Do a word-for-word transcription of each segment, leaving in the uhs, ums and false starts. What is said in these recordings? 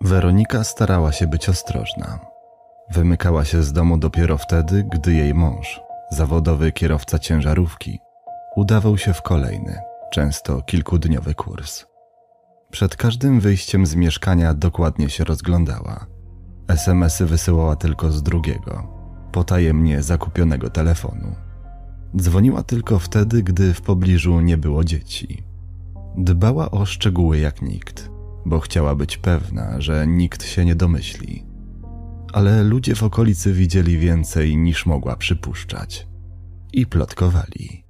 Weronika starała się być ostrożna. Wymykała się z domu dopiero wtedy, gdy jej mąż, zawodowy kierowca ciężarówki, udawał się w kolejny, często kilkudniowy kurs. Przed każdym wyjściem z mieszkania dokładnie się rozglądała. es em esy wysyłała tylko z drugiego, potajemnie zakupionego telefonu. Dzwoniła tylko wtedy, gdy w pobliżu nie było dzieci. Dbała o szczegóły jak nikt, bo chciała być pewna, że nikt się nie domyśli. Ale ludzie w okolicy widzieli więcej niż mogła przypuszczać. I plotkowali.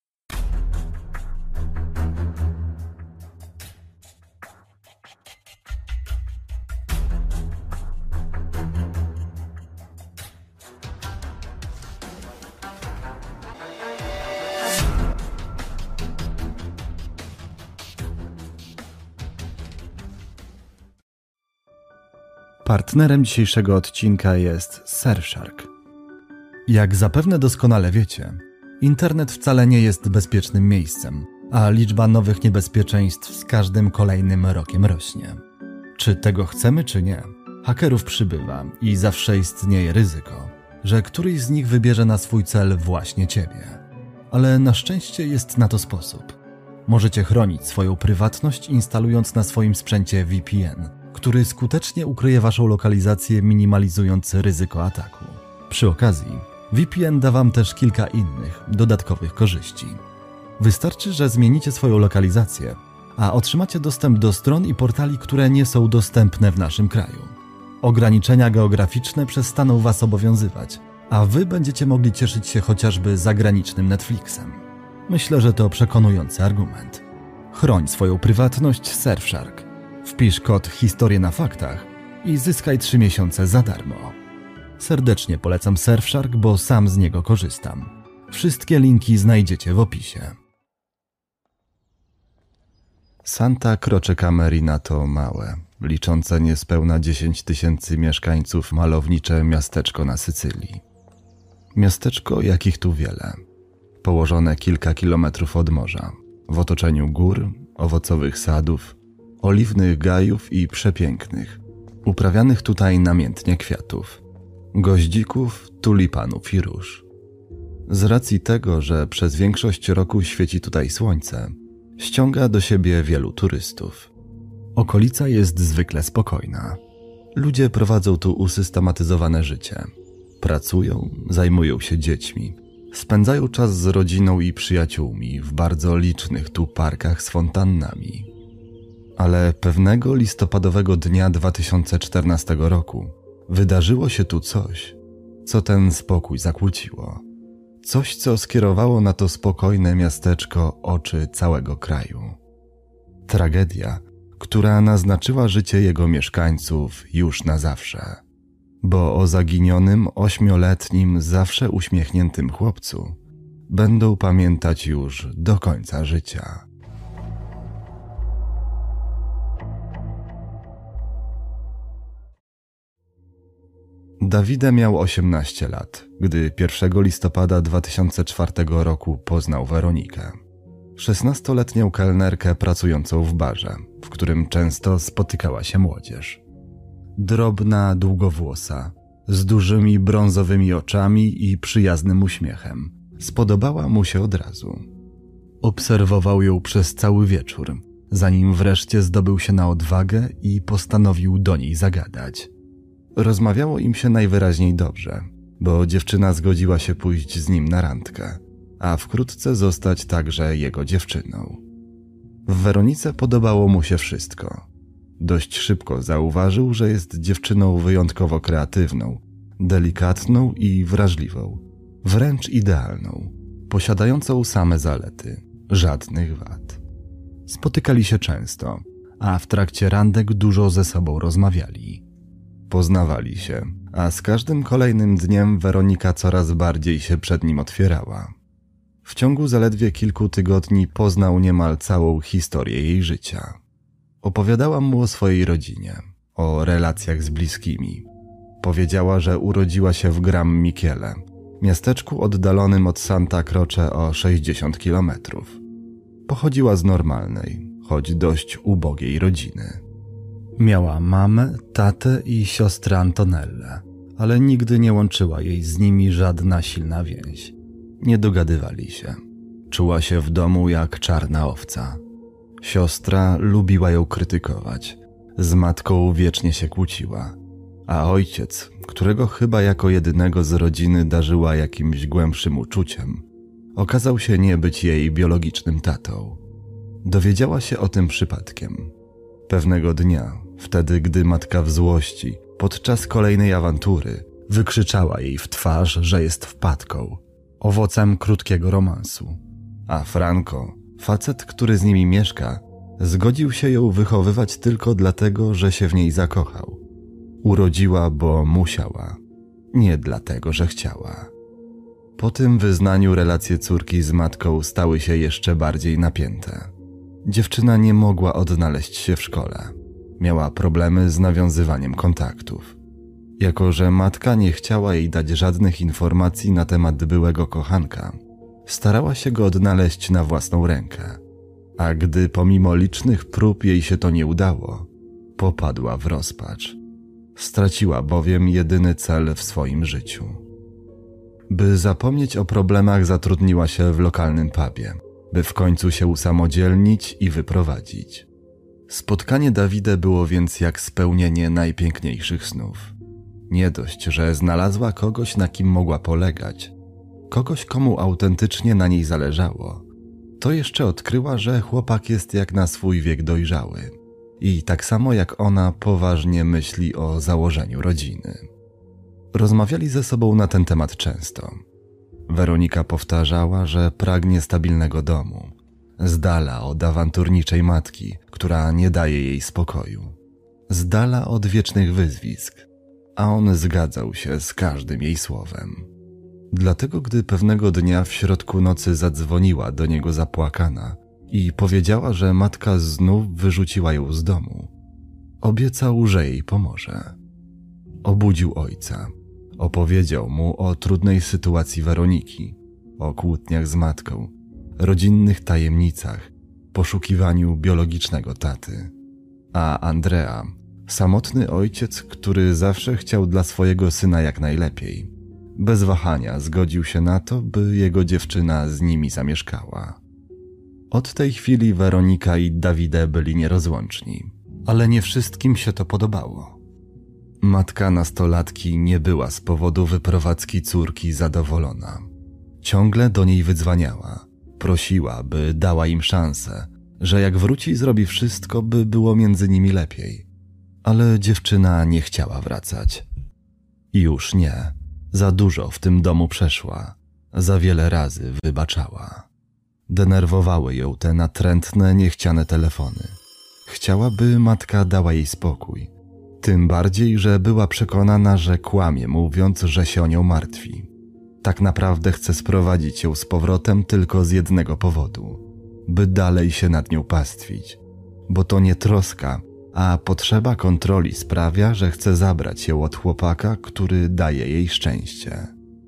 Partnerem dzisiejszego odcinka jest Surfshark. Jak zapewne doskonale wiecie, internet wcale nie jest bezpiecznym miejscem, a liczba nowych niebezpieczeństw z każdym kolejnym rokiem rośnie. Czy tego chcemy, czy nie, hakerów przybywa i zawsze istnieje ryzyko, że któryś z nich wybierze na swój cel właśnie ciebie. Ale na szczęście jest na to sposób. Możecie chronić swoją prywatność, instalując na swoim sprzęcie V P N, który skutecznie ukryje waszą lokalizację, minimalizując ryzyko ataku. Przy okazji, V P N da wam też kilka innych, dodatkowych korzyści. Wystarczy, że zmienicie swoją lokalizację, a otrzymacie dostęp do stron i portali, które nie są dostępne w naszym kraju. Ograniczenia geograficzne przestaną was obowiązywać, a wy będziecie mogli cieszyć się chociażby zagranicznym Netflixem. Myślę, że to przekonujący argument. Chroń swoją prywatność z Surfshark. Wpisz kod Historię na faktach i zyskaj trzy miesiące za darmo. Serdecznie polecam Surfshark, bo sam z niego korzystam. Wszystkie linki znajdziecie w opisie. Santa Croce Camerina to małe, liczące niespełna dziesięć tysięcy mieszkańców malownicze miasteczko na Sycylii. Miasteczko, jakich tu wiele. Położone kilka kilometrów od morza, w otoczeniu gór, owocowych sadów, oliwnych gajów i przepięknych, uprawianych tutaj namiętnie kwiatów, goździków, tulipanów i róż. Z racji tego, że przez większość roku świeci tutaj słońce, ściąga do siebie wielu turystów. Okolica jest zwykle spokojna. Ludzie prowadzą tu usystematyzowane życie. Pracują, zajmują się dziećmi, spędzają czas z rodziną i przyjaciółmi w bardzo licznych tu parkach z fontannami. Ale pewnego listopadowego dnia dwa tysiące czternastego roku wydarzyło się tu coś, co ten spokój zakłóciło. Coś, co skierowało na to spokojne miasteczko oczy całego kraju. Tragedia, która naznaczyła życie jego mieszkańców już na zawsze. Bo o zaginionym ośmioletnim, zawsze uśmiechniętym chłopcu będą pamiętać już do końca życia. Davide miał osiemnaście lat, gdy pierwszego listopada dwa tysiące czwartego roku poznał Weronikę. szesnastoletnią kelnerkę pracującą w barze, w którym często spotykała się młodzież. Drobna, długowłosa, z dużymi brązowymi oczami i przyjaznym uśmiechem. Spodobała mu się od razu. Obserwował ją przez cały wieczór, zanim wreszcie zdobył się na odwagę i postanowił do niej zagadać. Rozmawiało im się najwyraźniej dobrze, bo dziewczyna zgodziła się pójść z nim na randkę, a wkrótce zostać także jego dziewczyną. W Weronice podobało mu się wszystko. Dość szybko zauważył, że jest dziewczyną wyjątkowo kreatywną, delikatną i wrażliwą, wręcz idealną, posiadającą same zalety, żadnych wad. Spotykali się często, a w trakcie randek dużo ze sobą rozmawiali. Poznawali się, a z każdym kolejnym dniem Weronika coraz bardziej się przed nim otwierała. W ciągu zaledwie kilku tygodni poznał niemal całą historię jej życia. Opowiadała mu o swojej rodzinie, o relacjach z bliskimi. Powiedziała, że urodziła się w Gram Michele, miasteczku oddalonym od Santa Croce o sześćdziesiąt kilometrów. Pochodziła z normalnej, choć dość ubogiej rodziny. Miała mamę, tatę i siostrę Antonellę, ale nigdy nie łączyła jej z nimi żadna silna więź. Nie dogadywali się. Czuła się w domu jak czarna owca. Siostra lubiła ją krytykować. Z matką wiecznie się kłóciła. A ojciec, którego chyba jako jedynego z rodziny darzyła jakimś głębszym uczuciem, okazał się nie być jej biologicznym tatą. Dowiedziała się o tym przypadkiem. Pewnego dnia, wtedy gdy matka w złości, podczas kolejnej awantury, wykrzyczała jej w twarz, że jest wpadką, owocem krótkiego romansu. A Franco, facet, który z nimi mieszka, zgodził się ją wychowywać tylko dlatego, że się w niej zakochał. Urodziła, bo musiała, nie dlatego, że chciała. Po tym wyznaniu relacje córki z matką stały się jeszcze bardziej napięte. Dziewczyna nie mogła odnaleźć się w szkole. Miała problemy z nawiązywaniem kontaktów. Jako że matka nie chciała jej dać żadnych informacji na temat byłego kochanka, starała się go odnaleźć na własną rękę. A gdy pomimo licznych prób jej się to nie udało, popadła w rozpacz. Straciła bowiem jedyny cel w swoim życiu. By zapomnieć o problemach, zatrudniła się w lokalnym pubie, by w końcu się usamodzielnić i wyprowadzić. Spotkanie Davide było więc jak spełnienie najpiękniejszych snów. Nie dość, że znalazła kogoś, na kim mogła polegać, kogoś, komu autentycznie na niej zależało, to jeszcze odkryła, że chłopak jest jak na swój wiek dojrzały i tak samo jak ona poważnie myśli o założeniu rodziny. Rozmawiali ze sobą na ten temat często. Weronika powtarzała, że pragnie stabilnego domu, z dala od awanturniczej matki, która nie daje jej spokoju, z dala od wiecznych wyzwisk, a on zgadzał się z każdym jej słowem. Dlatego gdy pewnego dnia w środku nocy zadzwoniła do niego zapłakana i powiedziała, że matka znów wyrzuciła ją z domu, obiecał, że jej pomoże. Obudził ojca. Opowiedział mu o trudnej sytuacji Weroniki, o kłótniach z matką, rodzinnych tajemnicach, poszukiwaniu biologicznego taty. A Andrea, samotny ojciec, który zawsze chciał dla swojego syna jak najlepiej, bez wahania zgodził się na to, by jego dziewczyna z nimi zamieszkała. Od tej chwili Weronika i Davide byli nierozłączni, ale nie wszystkim się to podobało. Matka nastolatki nie była z powodu wyprowadzki córki zadowolona. Ciągle do niej wydzwaniała, prosiła, by dała im szansę, że jak wróci, zrobi wszystko, by było między nimi lepiej. Ale dziewczyna nie chciała wracać. Już nie. Za dużo w tym domu przeszła. Za wiele razy wybaczała. Denerwowały ją te natrętne, niechciane telefony. Chciała, by matka dała jej spokój. Tym bardziej, że była przekonana, że kłamie, mówiąc, że się o nią martwi. Tak naprawdę chce sprowadzić ją z powrotem tylko z jednego powodu. By dalej się nad nią pastwić. Bo to nie troska, a potrzeba kontroli sprawia, że chce zabrać ją od chłopaka, który daje jej szczęście.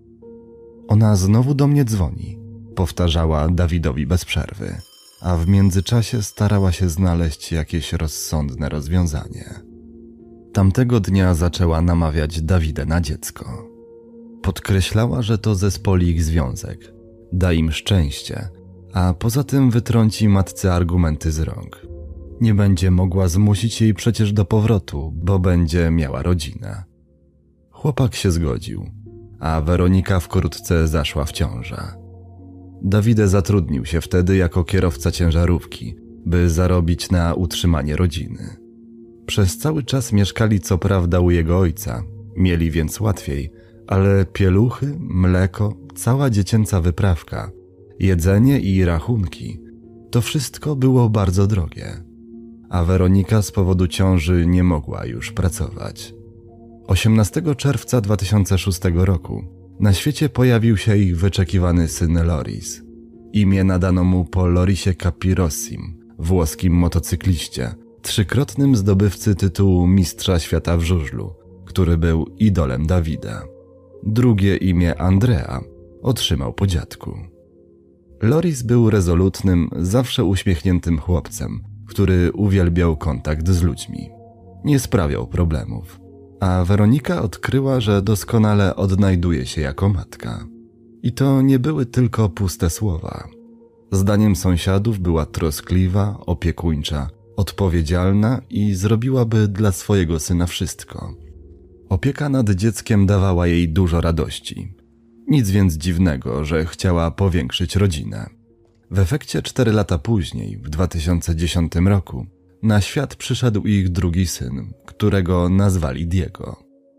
Ona znowu do mnie dzwoni, powtarzała Dawidowi bez przerwy, a w międzyczasie starała się znaleźć jakieś rozsądne rozwiązanie. Tamtego dnia zaczęła namawiać Dawidę na dziecko. Podkreślała, że to zespoli ich związek, da im szczęście, a poza tym wytrąci matce argumenty z rąk. Nie będzie mogła zmusić jej przecież do powrotu, bo będzie miała rodzinę. Chłopak się zgodził, a Weronika wkrótce zaszła w ciążę. Davide zatrudnił się wtedy jako kierowca ciężarówki, by zarobić na utrzymanie rodziny. Przez cały czas mieszkali co prawda u jego ojca, mieli więc łatwiej, ale pieluchy, mleko, cała dziecięca wyprawka, jedzenie i rachunki, to wszystko było bardzo drogie. A Weronika z powodu ciąży nie mogła już pracować. osiemnastego czerwca dwa tysiące szóstego roku na świecie pojawił się ich wyczekiwany syn Loris. Imię nadano mu po Lorisie Capirossim, włoskim motocykliście, trzykrotnym zdobywcy tytułu Mistrza Świata w żużlu, który był idolem Davida. Drugie imię Andrea otrzymał po dziadku. Loris był rezolutnym, zawsze uśmiechniętym chłopcem, który uwielbiał kontakt z ludźmi. nie sprawiał problemów, a Weronika odkryła, że doskonale odnajduje się jako matka. I to nie były tylko puste słowa. Zdaniem sąsiadów była troskliwa, opiekuńcza, odpowiedzialna i zrobiłaby dla swojego syna wszystko. Opieka nad dzieckiem dawała jej dużo radości. Nic więc dziwnego, że chciała powiększyć rodzinę. W efekcie cztery lata później, w dwa tysiące dziesiątym roku, na świat przyszedł ich drugi syn, którego nazwali Diego.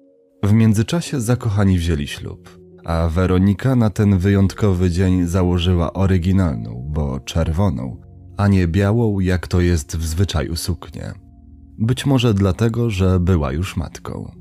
W międzyczasie zakochani wzięli ślub, a Weronika na ten wyjątkowy dzień założyła oryginalną, bo czerwoną, a nie białą, jak to jest w zwyczaju suknię. Być może dlatego, że była już matką.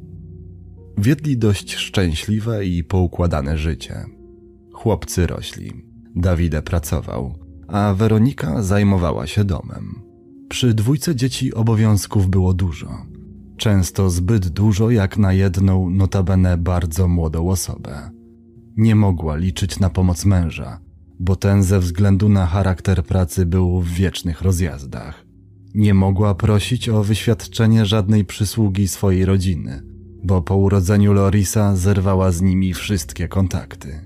Wiedli dość szczęśliwe i poukładane życie. Chłopcy rośli, Davide pracował, a Weronika zajmowała się domem. Przy dwójce dzieci obowiązków było dużo. Często zbyt dużo jak na jedną, notabene bardzo młodą osobę. Nie mogła liczyć na pomoc męża, bo ten ze względu na charakter pracy był w wiecznych rozjazdach. Nie mogła prosić o wyświadczenie żadnej przysługi swojej rodziny, bo po urodzeniu Lorisa zerwała z nimi wszystkie kontakty.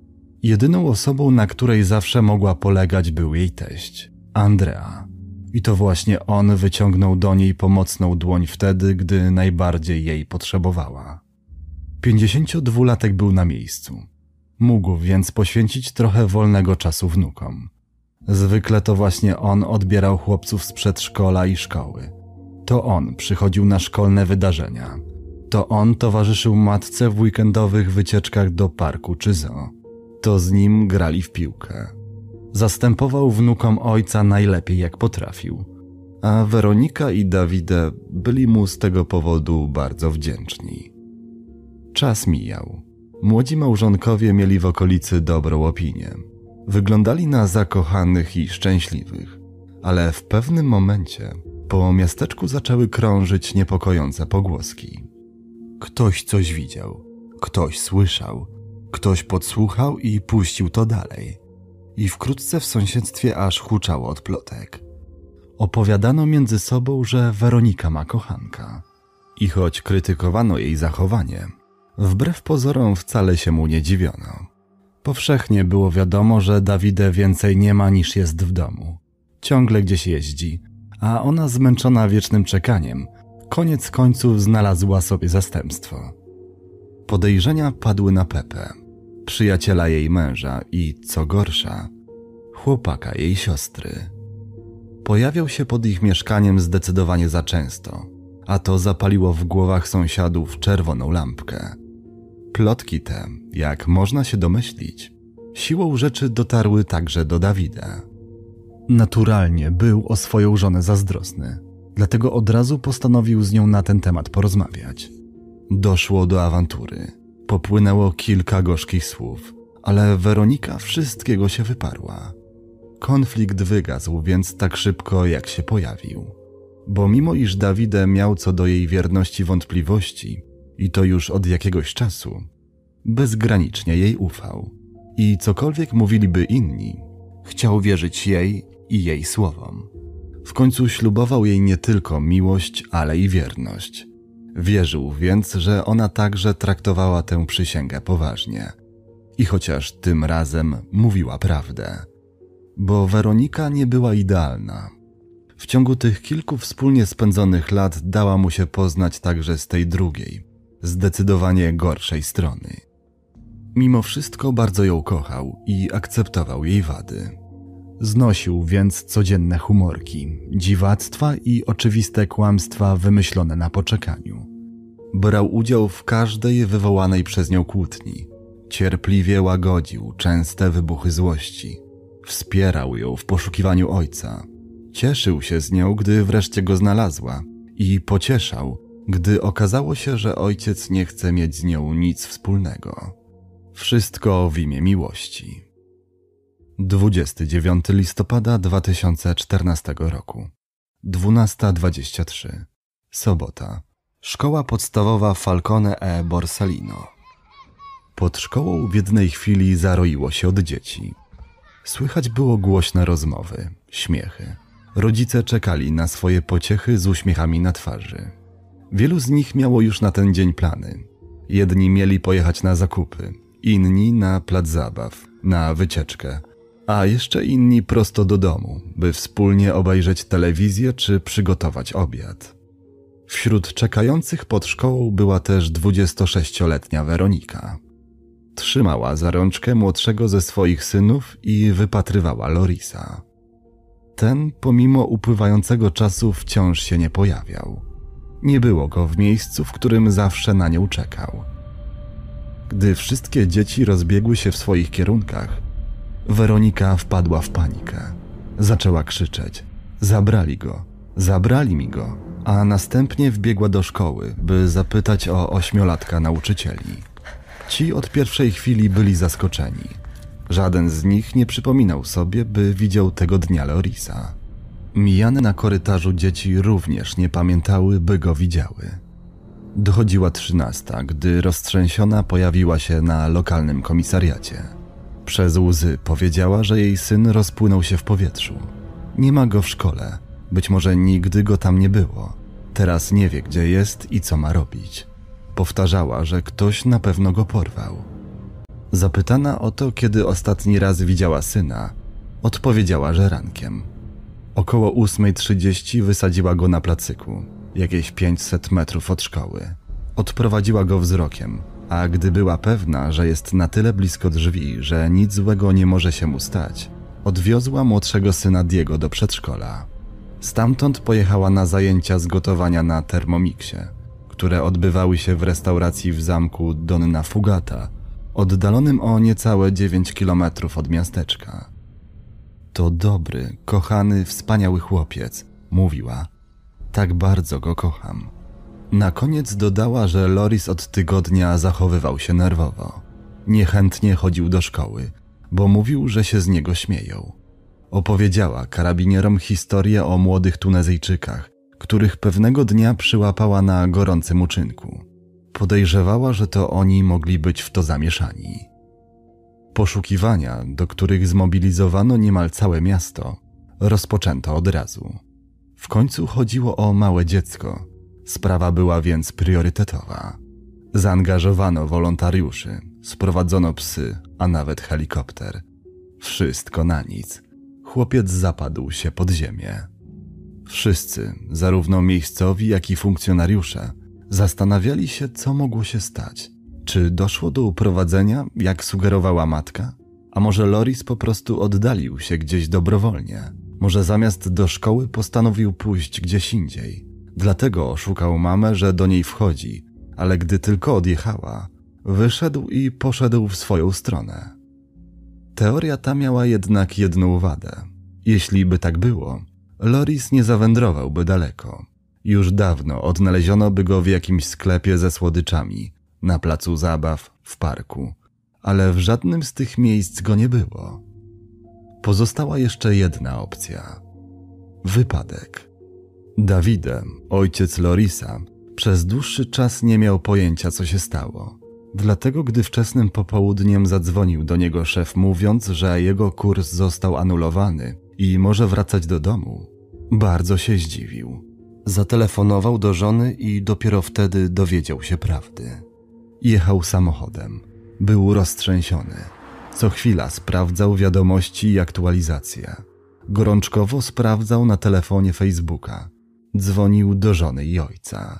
Jedyną osobą, na której zawsze mogła polegać, był jej teść, Andrea. I to właśnie on wyciągnął do niej pomocną dłoń wtedy, gdy najbardziej jej potrzebowała. Pięćdziesięciodwulatek był na miejscu. Mógł więc poświęcić trochę wolnego czasu wnukom. Zwykle to właśnie on odbierał chłopców z przedszkola i szkoły. To on przychodził na szkolne wydarzenia. To on towarzyszył matce w weekendowych wycieczkach do parku czy zoo. To z nim grali w piłkę. Zastępował wnukom ojca najlepiej jak potrafił. A Weronika i Davide byli mu z tego powodu bardzo wdzięczni. Czas mijał. Młodzi małżonkowie mieli w okolicy dobrą opinię. Wyglądali na zakochanych i szczęśliwych. Ale w pewnym momencie po miasteczku zaczęły krążyć niepokojące pogłoski. Ktoś coś widział, ktoś słyszał, ktoś podsłuchał i puścił to dalej. I wkrótce w sąsiedztwie aż huczało od plotek. Opowiadano między sobą, że Weronika ma kochanka. I choć krytykowano jej zachowanie, wbrew pozorom wcale się mu nie dziwiono. Powszechnie było wiadomo, że Davide więcej nie ma niż jest w domu. Ciągle gdzieś jeździ, a ona zmęczona wiecznym czekaniem, koniec końców znalazła sobie zastępstwo. Podejrzenia padły na Pepę, przyjaciela jej męża i, co gorsza, chłopaka jej siostry. Pojawiał się pod ich mieszkaniem zdecydowanie za często, a to zapaliło w głowach sąsiadów czerwoną lampkę. Plotki te, jak można się domyślić, siłą rzeczy dotarły także do Davida. Naturalnie był o swoją żonę zazdrosny, dlatego od razu postanowił z nią na ten temat porozmawiać. Doszło do awantury. Popłynęło kilka gorzkich słów, ale Weronika wszystkiego się wyparła. Konflikt wygasł więc tak szybko, jak się pojawił. Bo mimo iż Davide miał co do jej wierności wątpliwości, i to już od jakiegoś czasu, bezgranicznie jej ufał. I cokolwiek mówiliby inni, chciał wierzyć jej i jej słowom. W końcu ślubował jej nie tylko miłość, ale i wierność. Wierzył więc, że ona także traktowała tę przysięgę poważnie. I chociaż tym razem mówiła prawdę. Bo Weronika nie była idealna. W ciągu tych kilku wspólnie spędzonych lat dała mu się poznać także z tej drugiej, zdecydowanie gorszej strony. Mimo wszystko bardzo ją kochał i akceptował jej wady. Znosił więc codzienne humorki, dziwactwa i oczywiste kłamstwa wymyślone na poczekaniu. Brał udział w każdej wywołanej przez nią kłótni. Cierpliwie łagodził częste wybuchy złości. Wspierał ją w poszukiwaniu ojca. Cieszył się z nią, gdy wreszcie go znalazła i pocieszał, gdy okazało się, że ojciec nie chce mieć z nią nic wspólnego. Wszystko w imię miłości. dwudziestego dziewiątego listopada dwa tysiące czternastego roku. dwunasta dwadzieścia trzy. Sobota. Szkoła podstawowa Falcone e Borsalino. Pod szkołą w jednej chwili zaroiło się od dzieci. Słychać było głośne rozmowy, śmiechy. Rodzice czekali na swoje pociechy z uśmiechami na twarzy. Wielu z nich miało już na ten dzień plany. Jedni mieli pojechać na zakupy, inni na plac zabaw, na wycieczkę, a jeszcze inni prosto do domu, by wspólnie obejrzeć telewizję czy przygotować obiad. Wśród czekających pod szkołą była też dwudziestosześcioletnia Weronika. Trzymała za rączkę młodszego ze swoich synów i wypatrywała Lorisa. Ten, pomimo upływającego czasu, wciąż się nie pojawiał. Nie było go w miejscu, w którym zawsze na nią czekał. Gdy wszystkie dzieci rozbiegły się w swoich kierunkach, Weronika wpadła w panikę. Zaczęła krzyczeć: zabrali go, zabrali mi go, a następnie wbiegła do szkoły, by zapytać o ośmiolatka nauczycieli. Ci od pierwszej chwili byli zaskoczeni. Żaden z nich nie przypominał sobie, by widział tego dnia Lorisa. Mijane na korytarzu dzieci również nie pamiętały, by go widziały. Dochodziła trzynasta, gdy roztrzęsiona pojawiła się na lokalnym komisariacie. Przez łzy powiedziała, że jej syn rozpłynął się w powietrzu. Nie ma go w szkole, być może nigdy go tam nie było. Teraz nie wie, gdzie jest i co ma robić. Powtarzała, że ktoś na pewno go porwał. Zapytana o to, kiedy ostatni raz widziała syna, odpowiedziała, że rankiem. Około ósmej trzydzieści wysadziła go na placyku, jakieś pięćset metrów od szkoły. Odprowadziła go wzrokiem, a gdy była pewna, że jest na tyle blisko drzwi, że nic złego nie może się mu stać, odwiozła młodszego syna Diego do przedszkola. Stamtąd pojechała na zajęcia z gotowania na Thermomixie, które odbywały się w restauracji w zamku Donna Fugata, oddalonym o niecałe dziewięć kilometrów od miasteczka. To dobry, kochany, wspaniały chłopiec, mówiła. Tak bardzo go kocham. Na koniec dodała, że Loris od tygodnia zachowywał się nerwowo. Niechętnie chodził do szkoły, bo mówił, że się z niego śmieją. Opowiedziała karabinierom historię o młodych Tunezyjczykach, których pewnego dnia przyłapała na gorącym uczynku. Podejrzewała, że to oni mogli być w to zamieszani. Poszukiwania, do których zmobilizowano niemal całe miasto, rozpoczęto od razu. W końcu chodziło o małe dziecko. Sprawa była więc priorytetowa. Zaangażowano wolontariuszy, sprowadzono psy, a nawet helikopter. Wszystko na nic. Chłopiec zapadł się pod ziemię. Wszyscy, zarówno miejscowi, jak i funkcjonariusze, zastanawiali się, co mogło się stać. Czy doszło do uprowadzenia, jak sugerowała matka? A może Loris po prostu oddalił się gdzieś dobrowolnie? Może zamiast do szkoły postanowił pójść gdzieś indziej? Dlatego oszukał mamę, że do niej wchodzi, ale gdy tylko odjechała, wyszedł i poszedł w swoją stronę. Teoria ta miała jednak jedną wadę. Jeśli by tak było, Loris nie zawędrowałby daleko. Już dawno odnaleziono by go w jakimś sklepie ze słodyczami, na placu zabaw, w parku, ale w żadnym z tych miejsc go nie było. Pozostała jeszcze jedna opcja. Wypadek. Davide, ojciec Lorisa, przez dłuższy czas nie miał pojęcia, co się stało. Dlatego, gdy wczesnym popołudniem zadzwonił do niego szef, mówiąc, że jego kurs został anulowany i może wracać do domu, bardzo się zdziwił. Zatelefonował do żony i dopiero wtedy dowiedział się prawdy. Jechał samochodem. Był roztrzęsiony. Co chwila sprawdzał wiadomości i aktualizacje. Gorączkowo sprawdzał na telefonie Facebooka. Dzwonił do żony i ojca.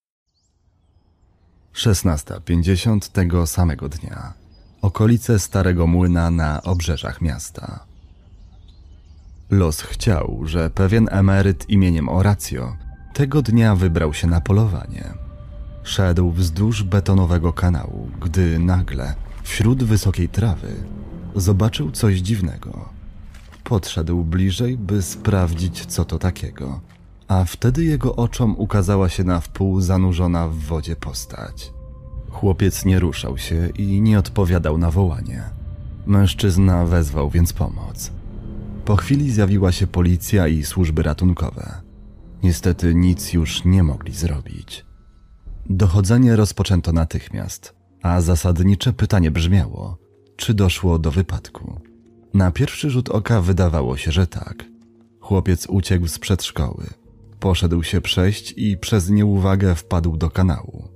szesnasta pięćdziesiąt tego samego dnia. Okolice Starego Młyna na obrzeżach miasta. Los chciał, że pewien emeryt imieniem Horacio tego dnia wybrał się na polowanie. Szedł wzdłuż betonowego kanału, gdy nagle, wśród wysokiej trawy, zobaczył coś dziwnego. Podszedł bliżej, by sprawdzić, co to takiego, a wtedy jego oczom ukazała się na wpół zanurzona w wodzie postać. Chłopiec nie ruszał się i nie odpowiadał na wołanie. Mężczyzna wezwał więc pomoc. Po chwili zjawiła się policja i służby ratunkowe. Niestety nic już nie mogli zrobić. Dochodzenie rozpoczęto natychmiast, a zasadnicze pytanie brzmiało, czy doszło do wypadku. Na pierwszy rzut oka wydawało się, że tak. Chłopiec uciekł z przedszkoły. poszedł się przejść i przez nieuwagę wpadł do kanału.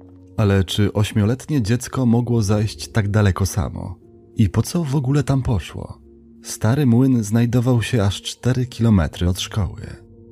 Ale czy ośmioletnie dziecko mogło zajść tak daleko samo? I po co w ogóle tam poszło? Stary młyn znajdował się aż cztery kilometry od szkoły.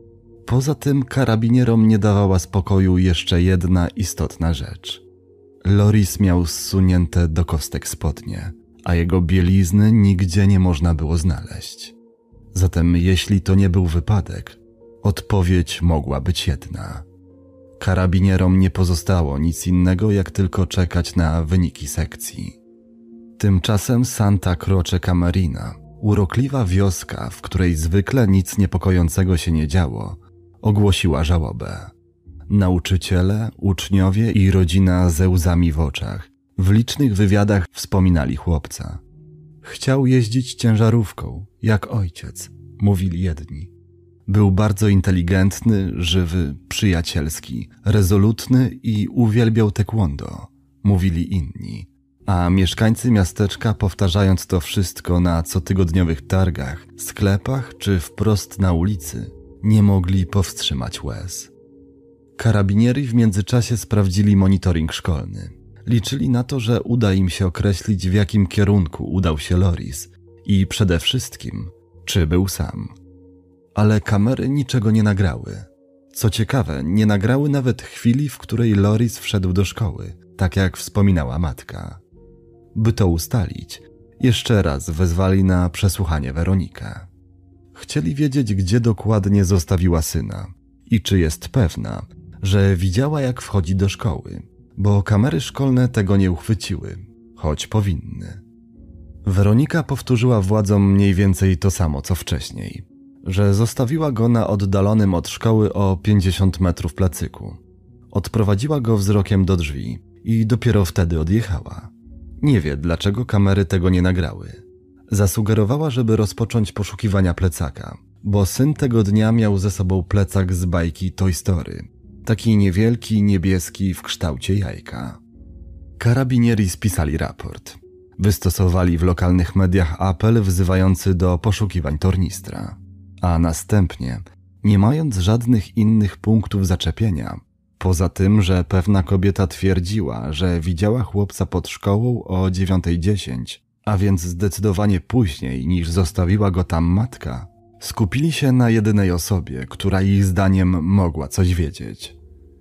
Poza tym karabinierom nie dawała spokoju jeszcze jedna istotna rzecz. Loris miał zsunięte do kostek spodnie, a jego bielizny nigdzie nie można było znaleźć. Zatem jeśli to nie był wypadek, odpowiedź mogła być jedna. Karabinierom nie pozostało nic innego, jak tylko czekać na wyniki sekcji. Tymczasem Santa Croce Camerina, urokliwa wioska, w której zwykle nic niepokojącego się nie działo, ogłosiła żałobę. Nauczyciele, uczniowie i rodzina ze łzami w oczach w licznych wywiadach wspominali chłopca. Chciał jeździć ciężarówką, jak ojciec, mówili jedni. Był bardzo inteligentny, żywy, przyjacielski, rezolutny i uwielbiał taekwondo, mówili inni. A mieszkańcy miasteczka, powtarzając to wszystko na cotygodniowych targach, sklepach czy wprost na ulicy, nie mogli powstrzymać łez. Karabinieri w międzyczasie sprawdzili monitoring szkolny. Liczyli na to, że uda im się określić, w jakim kierunku udał się Loris i przede wszystkim, czy był sam. Ale kamery niczego nie nagrały. Co ciekawe, nie nagrały nawet chwili, w której Loris wszedł do szkoły, tak jak wspominała matka. By to ustalić, jeszcze raz wezwali na przesłuchanie Weronikę. Chcieli wiedzieć, gdzie dokładnie zostawiła syna i czy jest pewna, że widziała, jak wchodzi do szkoły, bo kamery szkolne tego nie uchwyciły, choć powinny. Weronika powtórzyła władzom mniej więcej to samo, co wcześniej, że zostawiła go na oddalonym od szkoły o pięćdziesiąt metrów placyku. Odprowadziła go wzrokiem do drzwi i dopiero wtedy odjechała. Nie wie, dlaczego kamery tego nie nagrały. Zasugerowała, żeby rozpocząć poszukiwania plecaka, bo syn tego dnia miał ze sobą plecak z bajki Toy Story. Taki niewielki, niebieski, w kształcie jajka. Karabinieri spisali raport. Wystosowali w lokalnych mediach apel wzywający do poszukiwań tornistra. A następnie, nie mając żadnych innych punktów zaczepienia, poza tym, że pewna kobieta twierdziła, że widziała chłopca pod szkołą o dziewiątej dziesięć, a więc zdecydowanie później niż zostawiła go tam matka, skupili się na jedynej osobie, która ich zdaniem mogła coś wiedzieć.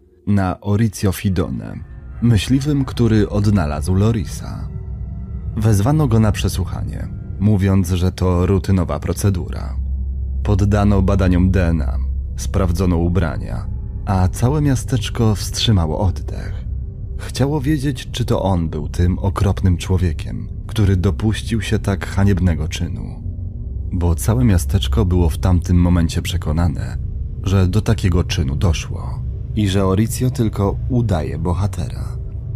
Na Orizio Fidone, myśliwym, który odnalazł Lorisa. Wezwano go na przesłuchanie, mówiąc, że to rutynowa procedura. Poddano badaniom D N A, sprawdzono ubrania, a całe miasteczko wstrzymało oddech. Chciało wiedzieć, czy to on był tym okropnym człowiekiem, który dopuścił się tak haniebnego czynu. Bo całe miasteczko było w tamtym momencie przekonane, że do takiego czynu doszło i że Orizio tylko udaje bohatera.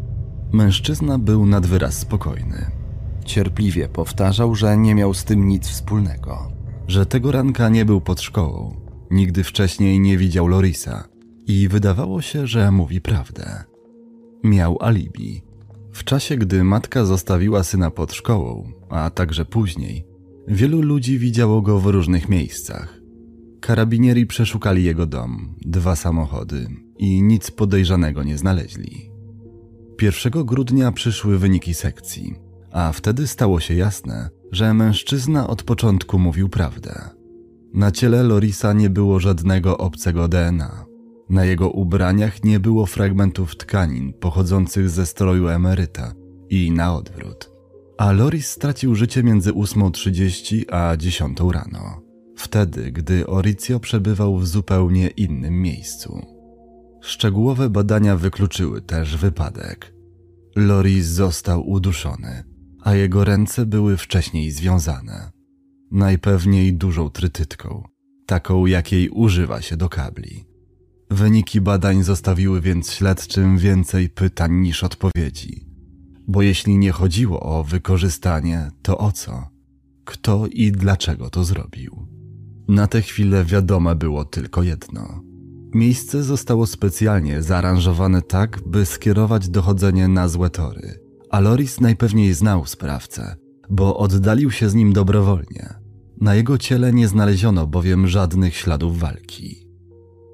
Mężczyzna był nad wyraz spokojny. Cierpliwie powtarzał, że nie miał z tym nic wspólnego, że tego ranka nie był pod szkołą, nigdy wcześniej nie widział Lorisa i wydawało się, że mówi prawdę. Miał alibi. W czasie, gdy matka zostawiła syna pod szkołą, a także później, wielu ludzi widziało go w różnych miejscach. Karabinieri przeszukali jego dom, dwa samochody i nic podejrzanego nie znaleźli. pierwszego grudnia przyszły wyniki sekcji, a wtedy stało się jasne, że mężczyzna od początku mówił prawdę. Na ciele Lorisa nie było żadnego obcego D N A. Na jego ubraniach nie było fragmentów tkanin pochodzących ze stroju emeryta i na odwrót. A Loris stracił życie między ósmą trzydzieści a dziesiątą rano. Wtedy, gdy Orizio przebywał w zupełnie innym miejscu. Szczegółowe badania wykluczyły też wypadek. Loris został uduszony, a jego ręce były wcześniej związane. Najpewniej dużą trytytką, taką jakiej używa się do kabli. Wyniki badań zostawiły więc śledczym więcej pytań niż odpowiedzi. Bo jeśli nie chodziło o wykorzystanie, to o co? Kto i dlaczego to zrobił? Na tę chwilę wiadome było tylko jedno. Miejsce zostało specjalnie zaaranżowane tak, by skierować dochodzenie na złe tory. A Loris najpewniej znał sprawcę, bo oddalił się z nim dobrowolnie. Na jego ciele nie znaleziono bowiem żadnych śladów walki.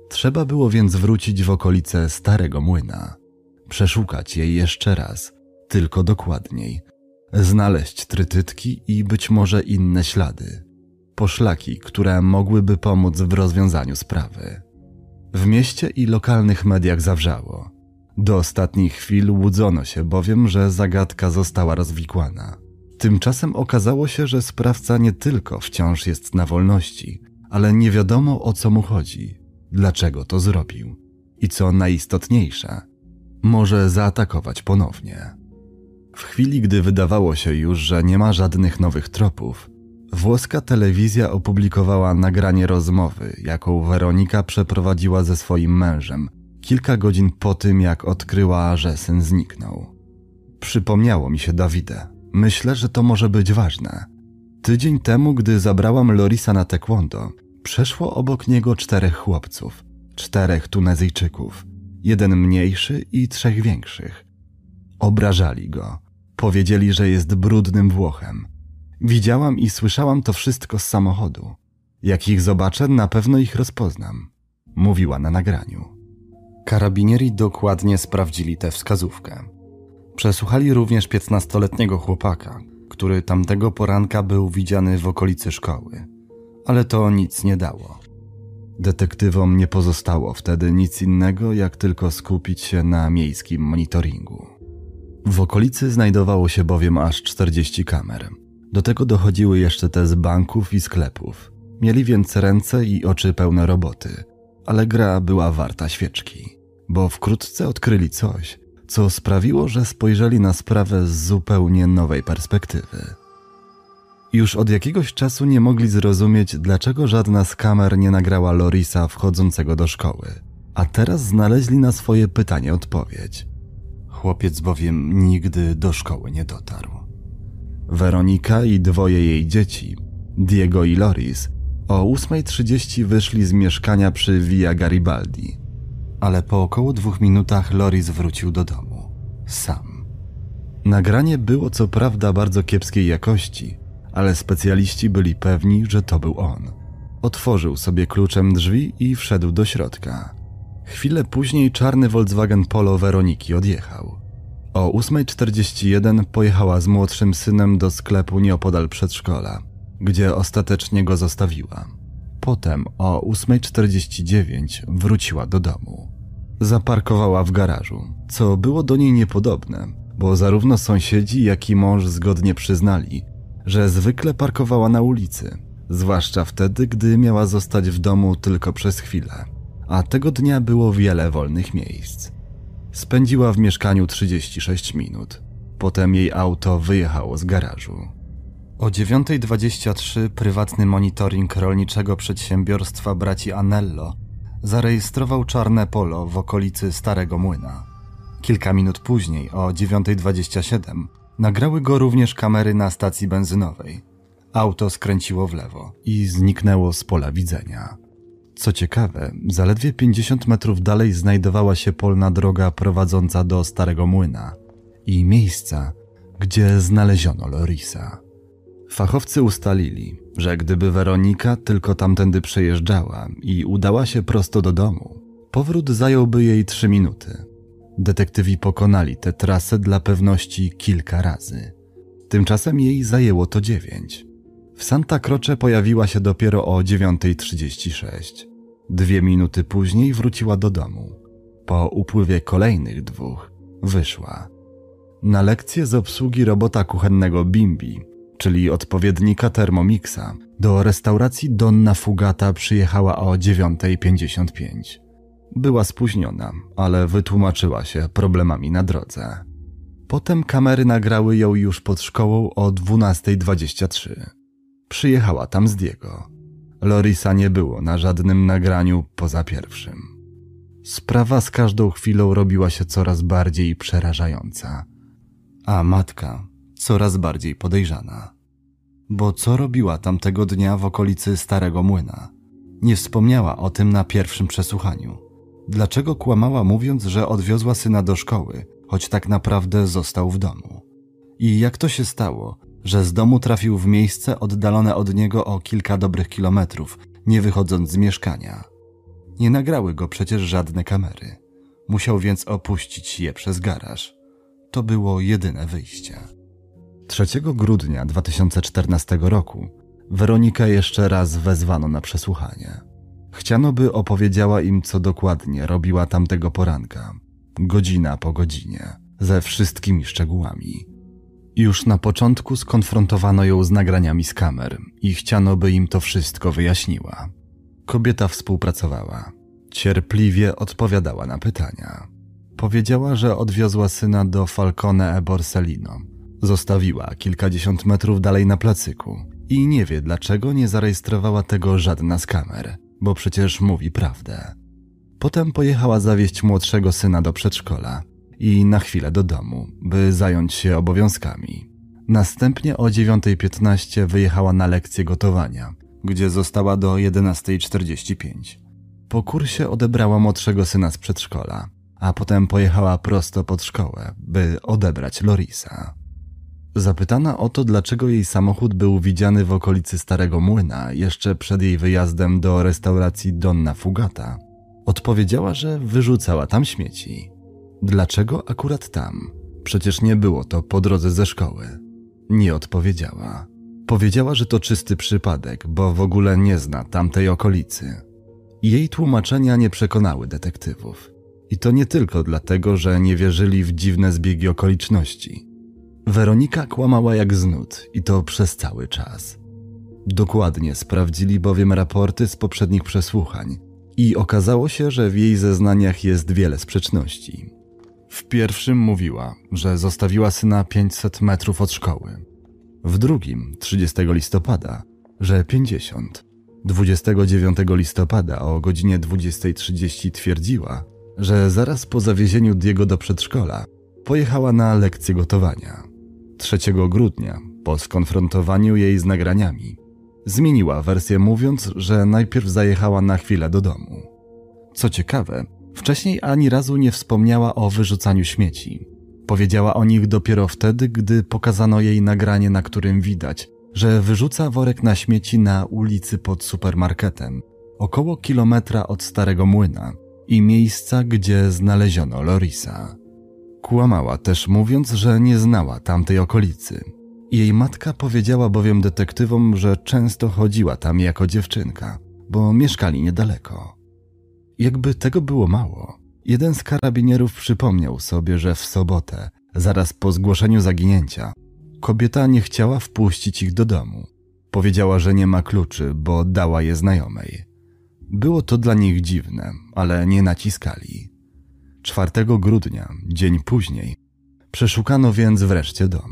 Trzeba było więc wrócić w okolice Starego Młyna. Przeszukać jej jeszcze raz, tylko dokładniej. Znaleźć trytytki i być może inne ślady. Poszlaki, które mogłyby pomóc w rozwiązaniu sprawy. W mieście i lokalnych mediach zawrzało. Do ostatnich chwil łudzono się bowiem, że zagadka została rozwikłana. Tymczasem okazało się, że sprawca nie tylko wciąż jest na wolności, ale nie wiadomo, o co mu chodzi, dlaczego to zrobił i co najistotniejsze, może zaatakować ponownie. W chwili, gdy wydawało się już, że nie ma żadnych nowych tropów, włoska telewizja opublikowała nagranie rozmowy, jaką Weronika przeprowadziła ze swoim mężem kilka godzin po tym, jak odkryła, że syn zniknął. Przypomniało mi się Davide. Myślę, że to może być ważne. Tydzień temu, gdy zabrałam Lorisa na taekwondo, przeszło obok niego czterech chłopców, czterech Tunezyjczyków, jeden mniejszy i trzech większych. Obrażali go. Powiedzieli, że jest brudnym Włochem. Widziałam i słyszałam to wszystko z samochodu. Jak ich zobaczę, na pewno ich rozpoznam, mówiła na nagraniu. Karabinieri dokładnie sprawdzili tę wskazówkę. Przesłuchali również piętnastoletniego chłopaka, który tamtego poranka był widziany w okolicy szkoły. Ale to nic nie dało. Detektywom nie pozostało wtedy nic innego, jak tylko skupić się na miejskim monitoringu. W okolicy znajdowało się bowiem aż czterdzieści kamer. Do tego dochodziły jeszcze te z banków i sklepów. Mieli więc ręce i oczy pełne roboty, ale gra była warta świeczki, bo wkrótce odkryli coś, co sprawiło, że spojrzeli na sprawę z zupełnie nowej perspektywy. Już od jakiegoś czasu nie mogli zrozumieć, dlaczego żadna z kamer nie nagrała Lorisa wchodzącego do szkoły, a teraz znaleźli na swoje pytanie odpowiedź. Chłopiec bowiem nigdy do szkoły nie dotarł. Weronika i dwoje jej dzieci, Diego i Loris, o ósmej trzydzieści wyszli z mieszkania przy Via Garibaldi. Ale po około dwóch minutach Loris wrócił do domu. Sam. Nagranie było co prawda bardzo kiepskiej jakości, ale specjaliści byli pewni, że to był on. Otworzył sobie kluczem drzwi i wszedł do środka. Chwilę później czarny Volkswagen Polo Weroniki odjechał. O ósmej czterdzieści jeden pojechała z młodszym synem do sklepu nieopodal przedszkola, gdzie ostatecznie go zostawiła. Potem o ósmej czterdzieści dziewięć wróciła do domu. Zaparkowała w garażu, co było do niej niepodobne, bo zarówno sąsiedzi, jak i mąż zgodnie przyznali, że zwykle parkowała na ulicy, zwłaszcza wtedy, gdy miała zostać w domu tylko przez chwilę, a tego dnia było wiele wolnych miejsc. Spędziła w mieszkaniu trzydzieści sześć minut. Potem jej auto wyjechało z garażu. O dziewiątej dwadzieścia trzy prywatny monitoring rolniczego przedsiębiorstwa braci Anello zarejestrował czarne Polo w okolicy Starego Młyna. Kilka minut później, o dziewiątej dwadzieścia siedem, nagrały go również kamery na stacji benzynowej. Auto skręciło w lewo i zniknęło z pola widzenia. Co ciekawe, zaledwie pięćdziesiąt metrów dalej znajdowała się polna droga prowadząca do Starego Młyna i miejsca, gdzie znaleziono Lorisa. Fachowcy ustalili, że gdyby Weronika tylko tamtędy przejeżdżała i udała się prosto do domu, powrót zająłby jej trzy minuty. Detektywi pokonali tę trasę dla pewności kilka razy. Tymczasem jej zajęło to dziewięć. W Santa Croce pojawiła się dopiero o dziewiątej trzydzieści sześć. Dwie minuty później wróciła do domu. Po upływie kolejnych dwóch wyszła. Na lekcję z obsługi robota kuchennego Bimbi, czyli odpowiednika Thermomixa, do restauracji Donna Fugata przyjechała o dziewiątej pięćdziesiąt pięć. Była spóźniona, ale wytłumaczyła się problemami na drodze. Potem kamery nagrały ją już pod szkołą o dwunastej dwadzieścia trzy. Przyjechała tam z Diego. Lorisa nie było na żadnym nagraniu poza pierwszym. Sprawa z każdą chwilą robiła się coraz bardziej przerażająca, a matka coraz bardziej podejrzana. Bo co robiła tamtego dnia w okolicy Starego Młyna? Nie wspomniała o tym na pierwszym przesłuchaniu. Dlaczego kłamała, mówiąc, że odwiozła syna do szkoły, choć tak naprawdę został w domu? I jak to się stało, że z domu trafił w miejsce oddalone od niego o kilka dobrych kilometrów, nie wychodząc z mieszkania? Nie nagrały go przecież żadne kamery. Musiał więc opuścić je przez garaż. To było jedyne wyjście. trzeciego grudnia dwa tysiące czternastego roku Weronikę jeszcze raz wezwano na przesłuchanie. Chciano, by opowiedziała im, co dokładnie robiła tamtego poranka, godzina po godzinie, ze wszystkimi szczegółami. Już na początku skonfrontowano ją z nagraniami z kamer i chciano, by im to wszystko wyjaśniła. Kobieta współpracowała. Cierpliwie odpowiadała na pytania. Powiedziała, że odwiozła syna do Falcone e Borsellino. Zostawiła kilkadziesiąt metrów dalej na placyku i nie wie, dlaczego nie zarejestrowała tego żadna z kamer, bo przecież mówi prawdę. Potem pojechała zawieźć młodszego syna do przedszkola i na chwilę do domu, by zająć się obowiązkami. Następnie o dziewiątej piętnaście wyjechała na lekcję gotowania, gdzie została do jedenastej czterdzieści pięć. Po kursie odebrała młodszego syna z przedszkola, a potem pojechała prosto pod szkołę, by odebrać Lorisa. Zapytana o to, dlaczego jej samochód był widziany w okolicy Starego Młyna jeszcze przed jej wyjazdem do restauracji Donna Fugata, odpowiedziała, że wyrzucała tam śmieci. Dlaczego akurat tam? Przecież nie było to po drodze ze szkoły. Nie odpowiedziała. Powiedziała, że to czysty przypadek, bo w ogóle nie zna tamtej okolicy. Jej tłumaczenia nie przekonały detektywów. I to nie tylko dlatego, że nie wierzyli w dziwne zbiegi okoliczności. Weronika kłamała jak z nut i to przez cały czas. Dokładnie sprawdzili bowiem raporty z poprzednich przesłuchań i okazało się, że w jej zeznaniach jest wiele sprzeczności. W pierwszym mówiła, że zostawiła syna pięćset metrów od szkoły. W drugim, trzydziestego listopada, że pięćdziesiąt. dwudziestego dziewiątego listopada o godzinie dwudziestej trzydzieści twierdziła, że zaraz po zawiezieniu Diego do przedszkola pojechała na lekcję gotowania. trzeciego grudnia, po skonfrontowaniu jej z nagraniami, zmieniła wersję, mówiąc, że najpierw zajechała na chwilę do domu. Co ciekawe, wcześniej ani razu nie wspomniała o wyrzucaniu śmieci. Powiedziała o nich dopiero wtedy, gdy pokazano jej nagranie, na którym widać, że wyrzuca worek na śmieci na ulicy pod supermarketem, około kilometra od Starego Młyna i miejsca, gdzie znaleziono Lorisa. Kłamała też, mówiąc, że nie znała tamtej okolicy. Jej matka powiedziała bowiem detektywom, że często chodziła tam jako dziewczynka, bo mieszkali niedaleko. Jakby tego było mało, jeden z karabinierów przypomniał sobie, że w sobotę, zaraz po zgłoszeniu zaginięcia, kobieta nie chciała wpuścić ich do domu. Powiedziała, że nie ma kluczy, bo dała je znajomej. Było to dla nich dziwne, ale nie naciskali. czwartego grudnia, dzień później, przeszukano więc wreszcie dom.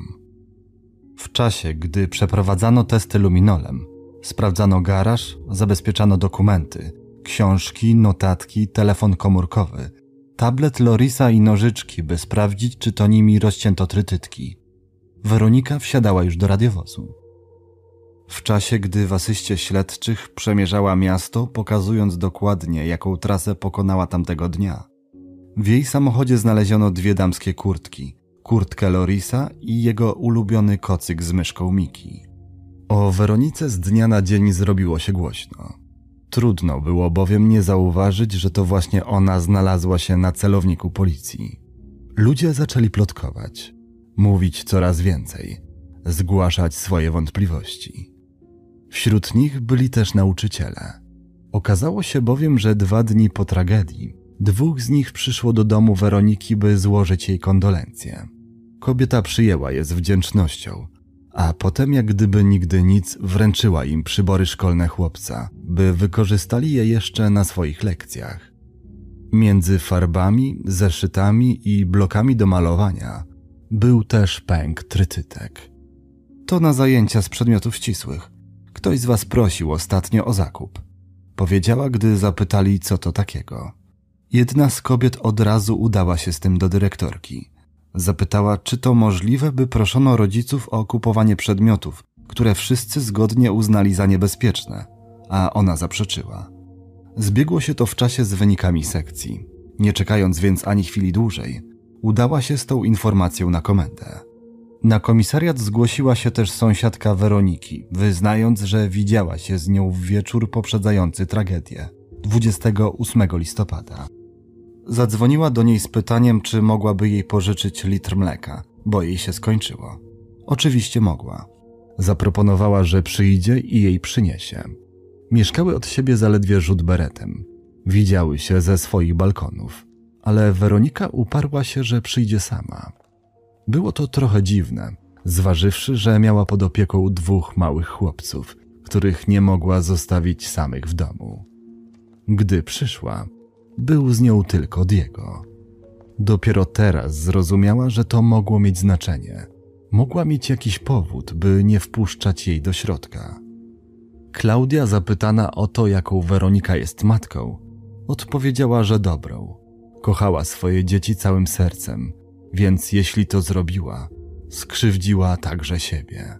W czasie, gdy przeprowadzano testy luminolem, sprawdzano garaż, zabezpieczano dokumenty, książki, notatki, telefon komórkowy, tablet Lorisa i nożyczki, by sprawdzić, czy to nimi rozcięto trytytki. Weronika wsiadała już do radiowozu. W czasie, gdy w asyście śledczych przemierzała miasto, pokazując dokładnie, jaką trasę pokonała tamtego dnia, w jej samochodzie znaleziono dwie damskie kurtki, kurtkę Lorisa i jego ulubiony kocyk z myszką Miki. O Weronice z dnia na dzień zrobiło się głośno. Trudno było bowiem nie zauważyć, że to właśnie ona znalazła się na celowniku policji. Ludzie zaczęli plotkować, mówić coraz więcej, zgłaszać swoje wątpliwości. Wśród nich byli też nauczyciele. Okazało się bowiem, że dwa dni po tragedii dwóch z nich przyszło do domu Weroniki, by złożyć jej kondolencje. Kobieta przyjęła je z wdzięcznością, a potem, jak gdyby nigdy nic, wręczyła im przybory szkolne chłopca, by wykorzystali je jeszcze na swoich lekcjach. Między farbami, zeszytami i blokami do malowania był też pęk trytytek. To na zajęcia z przedmiotów ścisłych. Ktoś z was prosił ostatnio o zakup. Powiedziała, gdy zapytali, co to takiego. Jedna z kobiet od razu udała się z tym do dyrektorki. Zapytała, czy to możliwe, by proszono rodziców o kupowanie przedmiotów, które wszyscy zgodnie uznali za niebezpieczne, a ona zaprzeczyła. Zbiegło się to w czasie z wynikami sekcji. Nie czekając więc ani chwili dłużej, udała się z tą informacją na komendę. Na komisariat zgłosiła się też sąsiadka Weroniki, wyznając, że widziała się z nią w wieczór poprzedzający tragedię, dwudziestego ósmego listopada. Zadzwoniła do niej z pytaniem, czy mogłaby jej pożyczyć litr mleka, bo jej się skończyło. Oczywiście mogła. Zaproponowała, że przyjdzie i jej przyniesie. Mieszkały od siebie zaledwie rzut beretem. Widziały się ze swoich balkonów, ale Weronika uparła się, że przyjdzie sama. Było to trochę dziwne, zważywszy, że miała pod opieką dwóch małych chłopców, których nie mogła zostawić samych w domu. Gdy przyszła, był z nią tylko Diego. Dopiero teraz zrozumiała, że to mogło mieć znaczenie. Mogła mieć jakiś powód, by nie wpuszczać jej do środka. Klaudia, zapytana o to, jaką Weronika jest matką, odpowiedziała, że dobrą. Kochała swoje dzieci całym sercem, więc jeśli to zrobiła, skrzywdziła także siebie.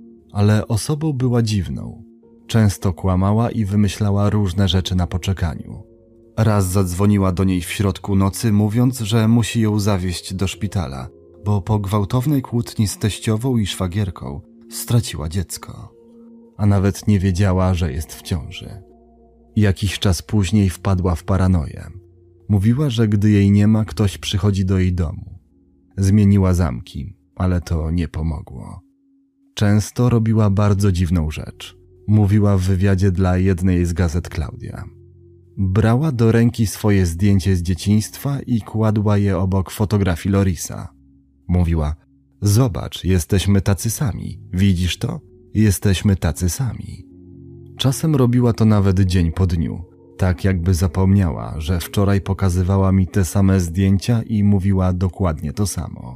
Ale osobą była dziwną. Często kłamała i wymyślała różne rzeczy na poczekaniu. Raz zadzwoniła do niej w środku nocy, mówiąc, że musi ją zawieźć do szpitala, bo po gwałtownej kłótni z teściową i szwagierką straciła dziecko. A nawet nie wiedziała, że jest w ciąży. Jakiś czas później wpadła w paranoję. Mówiła, że gdy jej nie ma, ktoś przychodzi do jej domu. Zmieniła zamki, ale to nie pomogło. Często robiła bardzo dziwną rzecz. Mówiła w wywiadzie dla jednej z gazet Klaudia. Brała do ręki swoje zdjęcie z dzieciństwa i kładła je obok fotografii Lorisa. Mówiła: zobacz, jesteśmy tacy sami, widzisz to? Jesteśmy tacy sami. Czasem robiła to nawet dzień po dniu, tak jakby zapomniała, że wczoraj pokazywała mi te same zdjęcia i mówiła dokładnie to samo.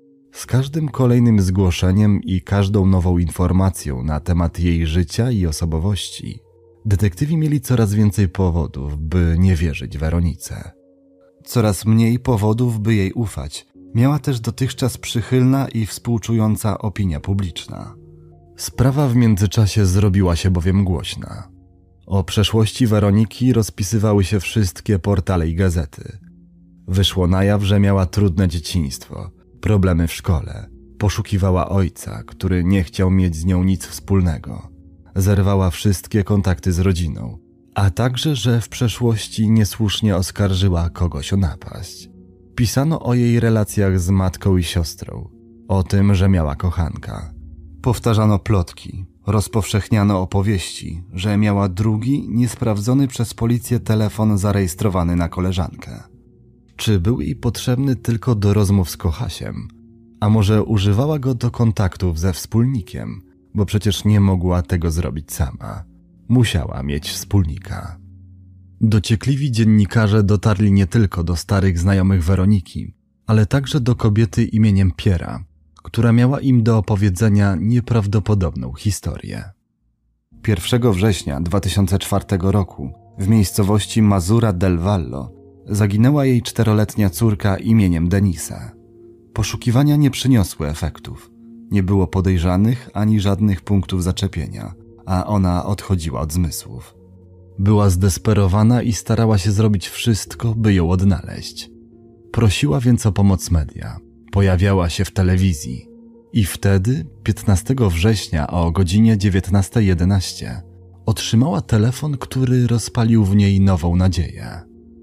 Z każdym kolejnym zgłoszeniem i każdą nową informacją na temat jej życia i osobowości, detektywi mieli coraz więcej powodów, by nie wierzyć Weronice. Coraz mniej powodów, by jej ufać. Miała też dotychczas przychylna i współczująca opinia publiczna. Sprawa w międzyczasie zrobiła się bowiem głośna. O przeszłości Weroniki rozpisywały się wszystkie portale i gazety. Wyszło na jaw, że miała trudne dzieciństwo, problemy w szkole, poszukiwała ojca, który nie chciał mieć z nią nic wspólnego. Zerwała wszystkie kontakty z rodziną, a także, że w przeszłości niesłusznie oskarżyła kogoś o napaść. Pisano o jej relacjach z matką i siostrą, o tym, że miała kochanka. Powtarzano plotki, rozpowszechniano opowieści, że miała drugi, niesprawdzony przez policję telefon zarejestrowany na koleżankę. Czy był jej potrzebny tylko do rozmów z Kochasiem? A może używała go do kontaktów ze wspólnikiem, bo przecież nie mogła tego zrobić sama. Musiała mieć wspólnika. Dociekliwi dziennikarze dotarli nie tylko do starych znajomych Weroniki, ale także do kobiety imieniem Piera, która miała im do opowiedzenia nieprawdopodobną historię. pierwszego września dwa tysiące czwartego roku w miejscowości Mazura del Vallo zaginęła jej czteroletnia córka imieniem Denise. Poszukiwania nie przyniosły efektów. Nie było podejrzanych ani żadnych punktów zaczepienia, a ona odchodziła od zmysłów. Była zdesperowana i starała się zrobić wszystko, by ją odnaleźć. Prosiła więc o pomoc media. Pojawiała się w telewizji. I wtedy, piętnastego września o godzinie dziewiętnasta jedenaście, otrzymała telefon, który rozpalił w niej nową nadzieję.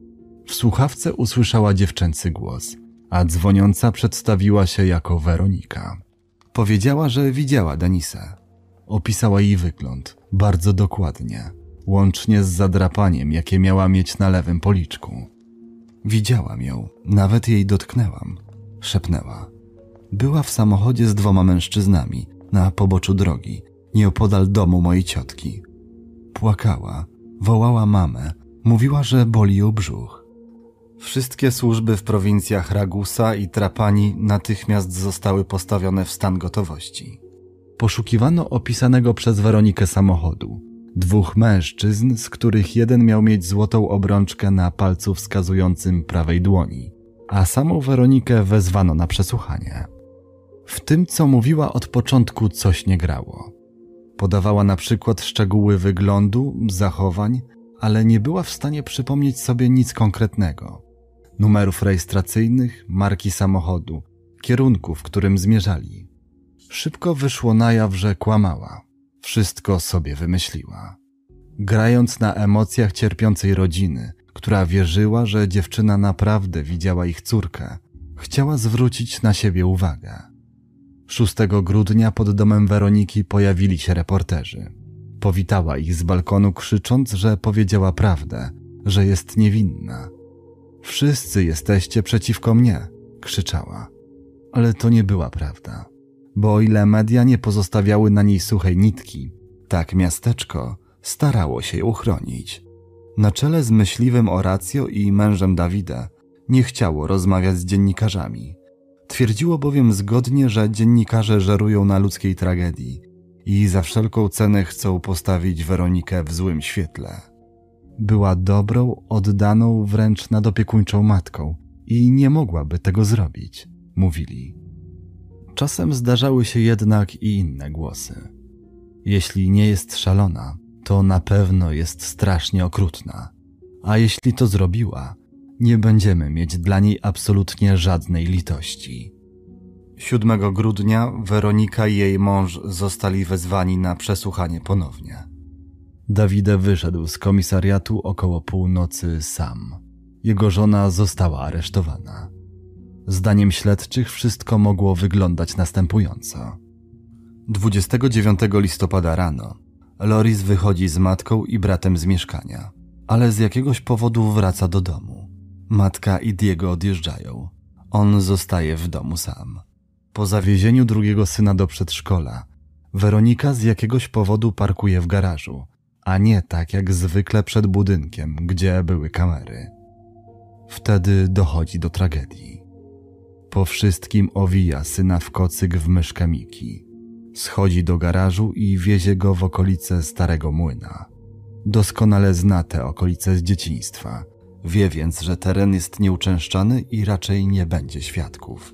W słuchawce usłyszała dziewczęcy głos, a dzwoniąca przedstawiła się jako Weronika. Powiedziała, że widziała Denisę. Opisała jej wygląd, bardzo dokładnie, łącznie z zadrapaniem, jakie miała mieć na lewym policzku. Widziałam ją, nawet jej dotknęłam, szepnęła. Była w samochodzie z dwoma mężczyznami, na poboczu drogi, nieopodal domu mojej ciotki. Płakała, wołała mamę, mówiła, że boli ją brzuch. Wszystkie służby w prowincjach Ragusa i Trapani natychmiast zostały postawione w stan gotowości. Poszukiwano opisanego przez Weronikę samochodu. Dwóch mężczyzn, z których jeden miał mieć złotą obrączkę na palcu wskazującym prawej dłoni, a samą Weronikę wezwano na przesłuchanie. W tym, co mówiła od początku, coś nie grało. Podawała na przykład szczegóły wyglądu, zachowań, ale nie była w stanie przypomnieć sobie nic konkretnego. Numerów rejestracyjnych, marki samochodu, kierunku, w którym zmierzali. Szybko wyszło na jaw, że kłamała. Wszystko sobie wymyśliła. grając na emocjach cierpiącej rodziny, która wierzyła, że dziewczyna naprawdę widziała ich córkę, chciała zwrócić na siebie uwagę. szóstego grudnia pod domem Weroniki pojawili się reporterzy. Powitała ich z balkonu, krzycząc, że powiedziała prawdę, że jest niewinna. Wszyscy jesteście przeciwko mnie, krzyczała. Ale to nie była prawda, bo o ile media nie pozostawiały na niej suchej nitki, tak miasteczko starało się ją uchronić. Na czele z myśliwym Horacio i mężem Davida nie chciało rozmawiać z dziennikarzami. Twierdziło bowiem zgodnie, że dziennikarze żerują na ludzkiej tragedii i za wszelką cenę chcą postawić Weronikę w złym świetle. Była dobrą, oddaną wręcz nadopiekuńczą matką i nie mogłaby tego zrobić, mówili. Czasem zdarzały się jednak i inne głosy. Jeśli nie jest szalona, to na pewno jest strasznie okrutna, a jeśli to zrobiła, nie będziemy mieć dla niej absolutnie żadnej litości. siódmego grudnia Weronika i jej mąż zostali wezwani na przesłuchanie ponownie. Davide wyszedł z komisariatu około północy sam. Jego żona została aresztowana. Zdaniem śledczych wszystko mogło wyglądać następująco. dwudziestego dziewiątego listopada rano Loris wychodzi z matką i bratem z mieszkania, ale z jakiegoś powodu wraca do domu. Matka i Diego odjeżdżają. On zostaje w domu sam. Po zawiezieniu drugiego syna do przedszkola, Weronika z jakiegoś powodu parkuje w garażu, a nie tak jak zwykle przed budynkiem, gdzie były kamery. Wtedy dochodzi do tragedii. Po wszystkim owija syna w kocyk w myszkę Miki. Schodzi do garażu i wiezie go w okolice Starego Młyna. Doskonale zna te okolice z dzieciństwa. Wie więc, że teren jest nieuczęszczany i raczej nie będzie świadków.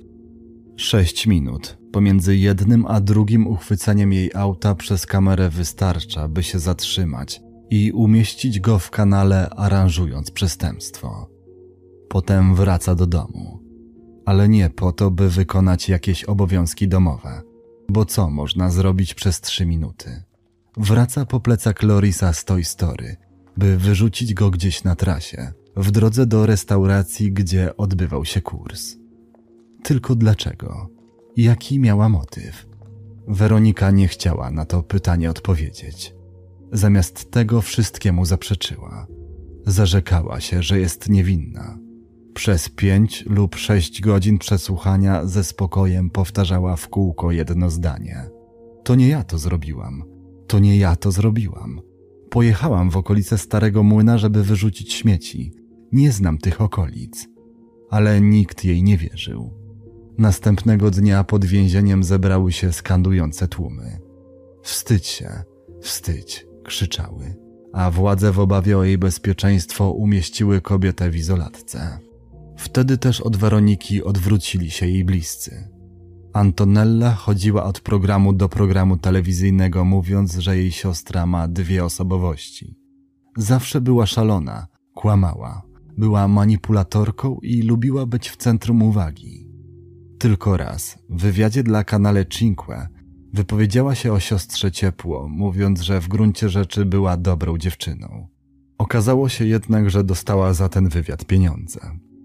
Sześć minut pomiędzy jednym a drugim uchwyceniem jej auta przez kamerę wystarcza, by się zatrzymać i umieścić go w kanale, aranżując przestępstwo. Potem wraca do domu. Ale nie po to, by wykonać jakieś obowiązki domowe, bo co można zrobić przez trzy minuty? Wraca po plecach Lorisa z Toy Story, by wyrzucić go gdzieś na trasie, w drodze do restauracji, gdzie odbywał się kurs. Tylko dlaczego? Jaki miała motyw? Weronika nie chciała na to pytanie odpowiedzieć. Zamiast tego wszystkiemu zaprzeczyła. Zarzekała się, że jest niewinna. Przez pięć lub sześć godzin przesłuchania ze spokojem powtarzała w kółko jedno zdanie. To nie ja to zrobiłam. To nie ja to zrobiłam. Pojechałam w okolice Starego Młyna, żeby wyrzucić śmieci. Nie znam tych okolic. Ale nikt jej nie wierzył. Następnego dnia pod więzieniem zebrały się skandujące tłumy. Wstydź się, wstydź, krzyczały, a władze w obawie o jej bezpieczeństwo umieściły kobietę w izolatce. Wtedy też od Weroniki odwrócili się jej bliscy. Antonella chodziła od programu do programu telewizyjnego, mówiąc, że jej siostra ma dwie osobowości. Zawsze była szalona, kłamała, była manipulatorką i lubiła być w centrum uwagi. Tylko raz, w wywiadzie dla kanale Cinque, wypowiedziała się o siostrze ciepło, mówiąc, że w gruncie rzeczy była dobrą dziewczyną. Okazało się jednak, że dostała za ten wywiad pieniądze.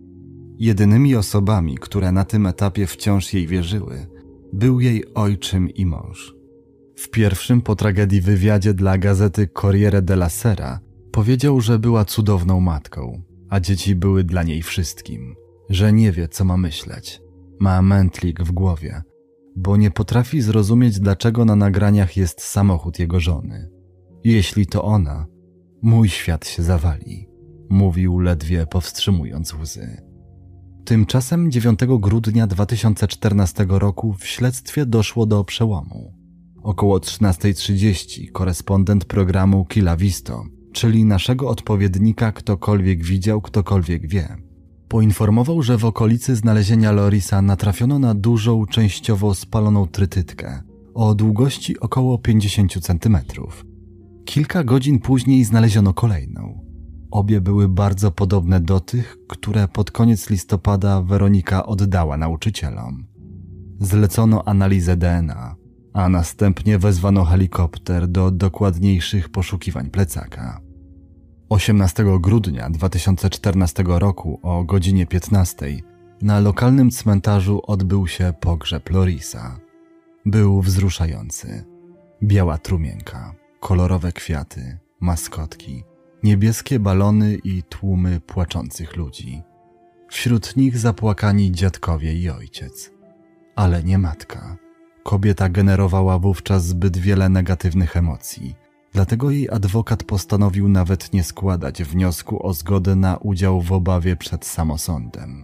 Jedynymi osobami, które na tym etapie wciąż jej wierzyły, był jej ojczym i mąż. W pierwszym po tragedii wywiadzie dla gazety Corriere della Sera powiedział, że była cudowną matką, a dzieci były dla niej wszystkim, że nie wie, co ma myśleć. Ma mętlik w głowie, bo nie potrafi zrozumieć, dlaczego na nagraniach jest samochód jego żony. Jeśli to ona, mój świat się zawali, mówił ledwie powstrzymując łzy. Tymczasem dziewiątego grudnia dwa tysiące czternastego roku w śledztwie doszło do przełomu. Około trzynasta trzydzieści korespondent programu Killa Visto, czyli naszego odpowiednika Ktokolwiek widział, ktokolwiek wie, poinformował, że w okolicy znalezienia Lorisa natrafiono na dużą, częściowo spaloną trytytkę o długości około pięćdziesiąt centymetrów. Kilka godzin później znaleziono kolejną. Obie były bardzo podobne do tych, które pod koniec listopada Weronika oddała nauczycielom. Zlecono analizę D N A, a następnie wezwano helikopter do dokładniejszych poszukiwań plecaka. osiemnastego grudnia dwa tysiące czternastego roku o godzinie piętnastej na lokalnym cmentarzu odbył się pogrzeb Lorisa. Był wzruszający. Biała trumienka, kolorowe kwiaty, maskotki, niebieskie balony i tłumy płaczących ludzi. Wśród nich zapłakani dziadkowie i ojciec. Ale nie matka. Kobieta generowała wówczas zbyt wiele negatywnych emocji, dlatego jej adwokat postanowił nawet nie składać wniosku o zgodę na udział w obawie przed samosądem.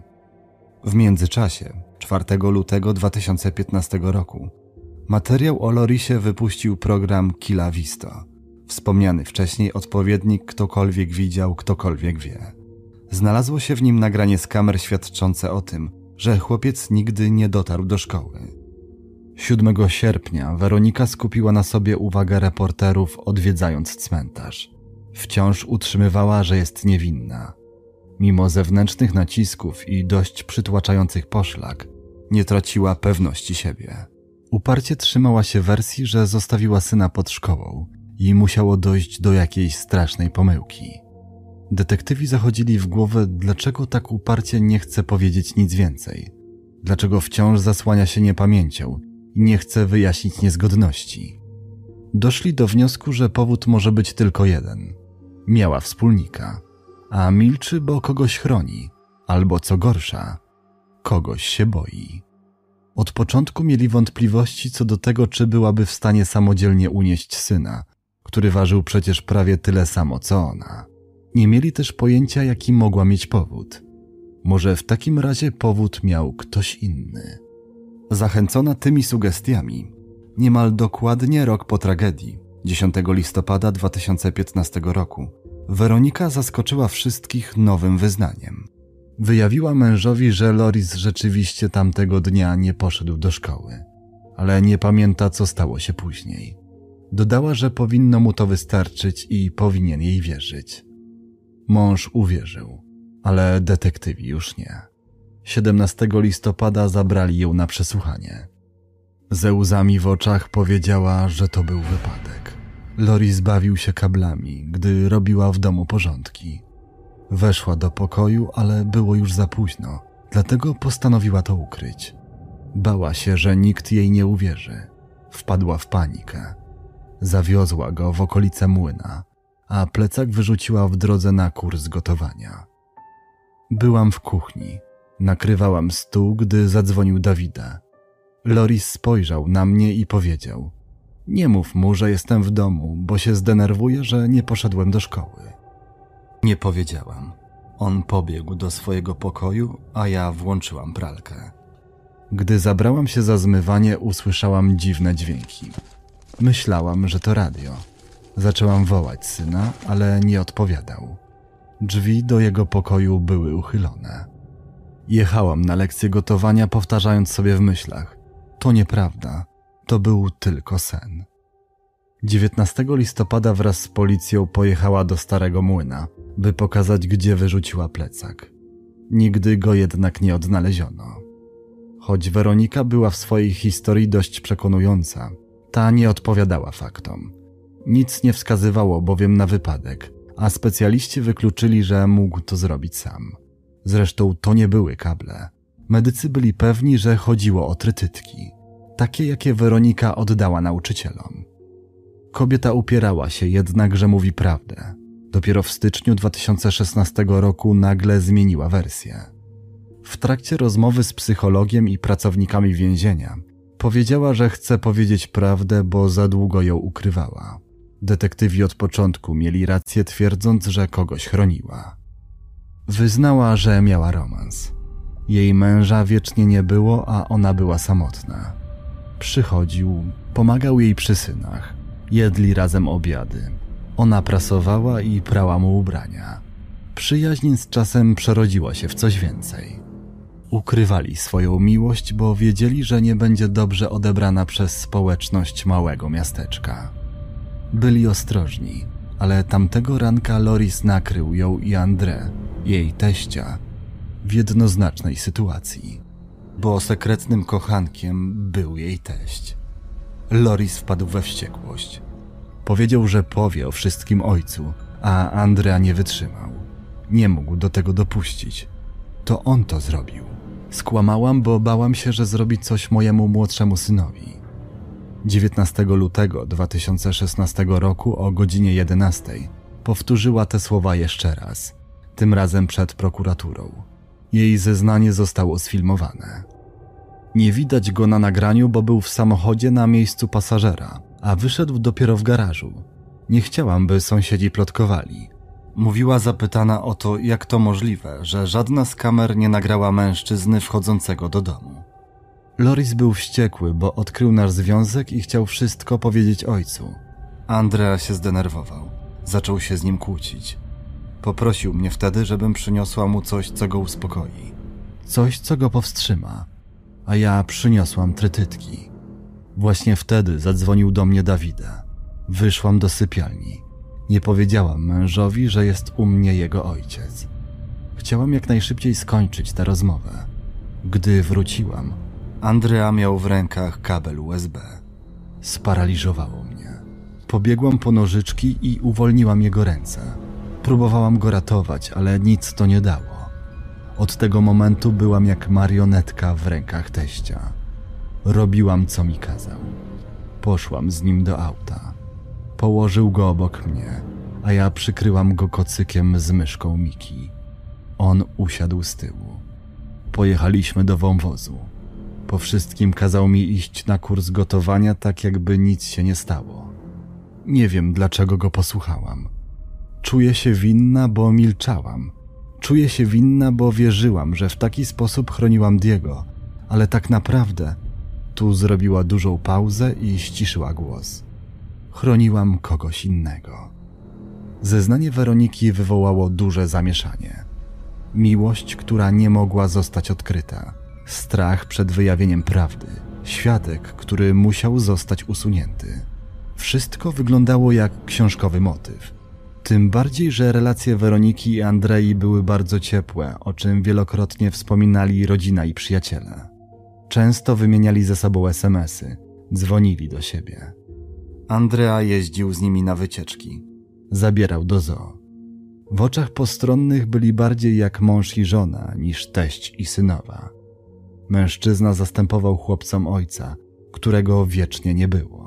W międzyczasie, czwartego lutego dwa tysiące piętnastego roku, materiał o Lorisie wypuścił program Killa Visto, wspomniany wcześniej odpowiednik Ktokolwiek widział, ktokolwiek wie. Znalazło się w nim nagranie z kamer świadczące o tym, że chłopiec nigdy nie dotarł do szkoły. siódmego sierpnia Weronika skupiła na sobie uwagę reporterów, odwiedzając cmentarz. Wciąż utrzymywała, że jest niewinna. Mimo zewnętrznych nacisków i dość przytłaczających poszlak, nie traciła pewności siebie. Uparcie trzymała się wersji, że zostawiła syna pod szkołą i musiało dojść do jakiejś strasznej pomyłki. Detektywi zachodzili w głowę, dlaczego tak uparcie nie chce powiedzieć nic więcej. Dlaczego wciąż zasłania się niepamięcią i nie chce wyjaśnić niezgodności. Doszli do wniosku, że powód może być tylko jeden. Miała wspólnika, a milczy, bo kogoś chroni, albo co gorsza, kogoś się boi. Od początku mieli wątpliwości co do tego, czy byłaby w stanie samodzielnie unieść syna, który ważył przecież prawie tyle samo co ona. Nie mieli też pojęcia, jaki mogła mieć powód. Może w takim razie powód miał ktoś inny. Zachęcona tymi sugestiami, niemal dokładnie rok po tragedii, dziesiątego listopada dwa tysiące piętnastego roku, Weronika zaskoczyła wszystkich nowym wyznaniem. Wyjawiła mężowi, że Loris rzeczywiście tamtego dnia nie poszedł do szkoły, ale nie pamięta, co stało się później. Dodała, że powinno mu to wystarczyć i powinien jej wierzyć. Mąż uwierzył, ale detektywi już nie. siedemnastego listopada zabrali ją na przesłuchanie. Ze łzami w oczach powiedziała, że to był wypadek. Loris bawił się kablami, gdy robiła w domu porządki. Weszła do pokoju, ale było już za późno, dlatego postanowiła to ukryć. Bała się, że nikt jej nie uwierzy. Wpadła w panikę. Zawiozła go w okolice młyna, a plecak wyrzuciła w drodze na kurs gotowania. Byłam w kuchni. Nakrywałam stół, gdy zadzwonił Dawida. Loris spojrzał na mnie i powiedział: nie mów mu, że jestem w domu, bo się zdenerwuje, że nie poszedłem do szkoły. Nie powiedziałam. On pobiegł do swojego pokoju, a ja włączyłam pralkę. Gdy zabrałam się za zmywanie, usłyszałam dziwne dźwięki. Myślałam, że to radio. Zaczęłam wołać syna, ale nie odpowiadał. Drzwi do jego pokoju były uchylone. Jechałam na lekcję gotowania, powtarzając sobie w myślach: to nieprawda, to był tylko sen. dziewiętnastego listopada wraz z policją pojechała do Starego Młyna, by pokazać, gdzie wyrzuciła plecak. Nigdy go jednak nie odnaleziono. Choć Weronika była w swojej historii dość przekonująca, ta nie odpowiadała faktom. Nic nie wskazywało bowiem na wypadek, a specjaliści wykluczyli, że mógł to zrobić sam. Zresztą to nie były kable. Medycy byli pewni, że chodziło o trytytki, takie jakie Weronika oddała nauczycielom. Kobieta upierała się jednak, że mówi prawdę. Dopiero w styczniu dwa tysiące szesnastego roku nagle zmieniła wersję. W trakcie rozmowy z psychologiem i pracownikami więzienia powiedziała, że chce powiedzieć prawdę, bo za długo ją ukrywała. Detektywi od początku mieli rację, twierdząc, że kogoś chroniła. Wyznała, że miała romans. Jej męża wiecznie nie było, a ona była samotna. Przychodził, pomagał jej przy synach. Jedli razem obiady. Ona prasowała i prała mu ubrania. Przyjaźń z czasem przerodziła się w coś więcej. Ukrywali swoją miłość, bo wiedzieli, że nie będzie dobrze odebrana przez społeczność małego miasteczka. Byli ostrożni, ale tamtego ranka Loris nakrył ją i André, jej teścia, w jednoznacznej sytuacji, bo sekretnym kochankiem był jej teść. Loris wpadł we wściekłość. Powiedział, że powie o wszystkim ojcu, a Andrea nie wytrzymał. Nie mógł do tego dopuścić. To on to zrobił. Skłamałam, bo bałam się, że zrobi coś mojemu młodszemu synowi. dziewiętnastego lutego dwa tysiące szesnastego roku o godzinie jedenastej powtórzyła te słowa jeszcze raz, tym razem przed prokuraturą. Jej zeznanie zostało sfilmowane. Nie widać go na nagraniu, bo był w samochodzie na miejscu pasażera, a wyszedł dopiero w garażu. Nie chciałam, by sąsiedzi plotkowali. Mówiła zapytana o to, jak to możliwe, że żadna z kamer nie nagrała mężczyzny wchodzącego do domu. Loris był wściekły, bo odkrył nasz związek i chciał wszystko powiedzieć ojcu. Andrea się zdenerwował. Zaczął się z nim kłócić. Poprosił mnie wtedy, żebym przyniosła mu coś, co go uspokoi. Coś, co go powstrzyma. A ja przyniosłam trytytki. Właśnie wtedy zadzwonił do mnie Davide. Wyszłam do sypialni. Nie powiedziałam mężowi, że jest u mnie jego ojciec. Chciałam jak najszybciej skończyć tę rozmowę. Gdy wróciłam, Andrea miał w rękach kabel U S B. Sparaliżowało mnie. Pobiegłam po nożyczki i uwolniłam jego ręce. Próbowałam go ratować, ale nic to nie dało. Od tego momentu byłam jak marionetka w rękach teścia. Robiłam, co mi kazał. Poszłam z nim do auta. Położył go obok mnie, a ja przykryłam go kocykiem z myszką Miki. On usiadł z tyłu. Pojechaliśmy do wąwozu. Po wszystkim kazał mi iść na kurs gotowania, tak jakby nic się nie stało. Nie wiem, dlaczego go posłuchałam. Czuję się winna, bo milczałam. Czuję się winna, bo wierzyłam, że w taki sposób chroniłam Diego, ale tak naprawdę tu zrobiła dużą pauzę i ściszyła głos. Chroniłam kogoś innego. Zeznanie Weroniki wywołało duże zamieszanie. Miłość, która nie mogła zostać odkryta. Strach przed wyjawieniem prawdy. Świadek, który musiał zostać usunięty. Wszystko wyglądało jak książkowy motyw. Tym bardziej, że relacje Weroniki i Andrei były bardzo ciepłe, o czym wielokrotnie wspominali rodzina i przyjaciele. Często wymieniali ze sobą es em esy, dzwonili do siebie. Andrea jeździł z nimi na wycieczki. Zabierał do zoo. W oczach postronnych byli bardziej jak mąż i żona niż teść i synowa. Mężczyzna zastępował chłopcom ojca, którego wiecznie nie było.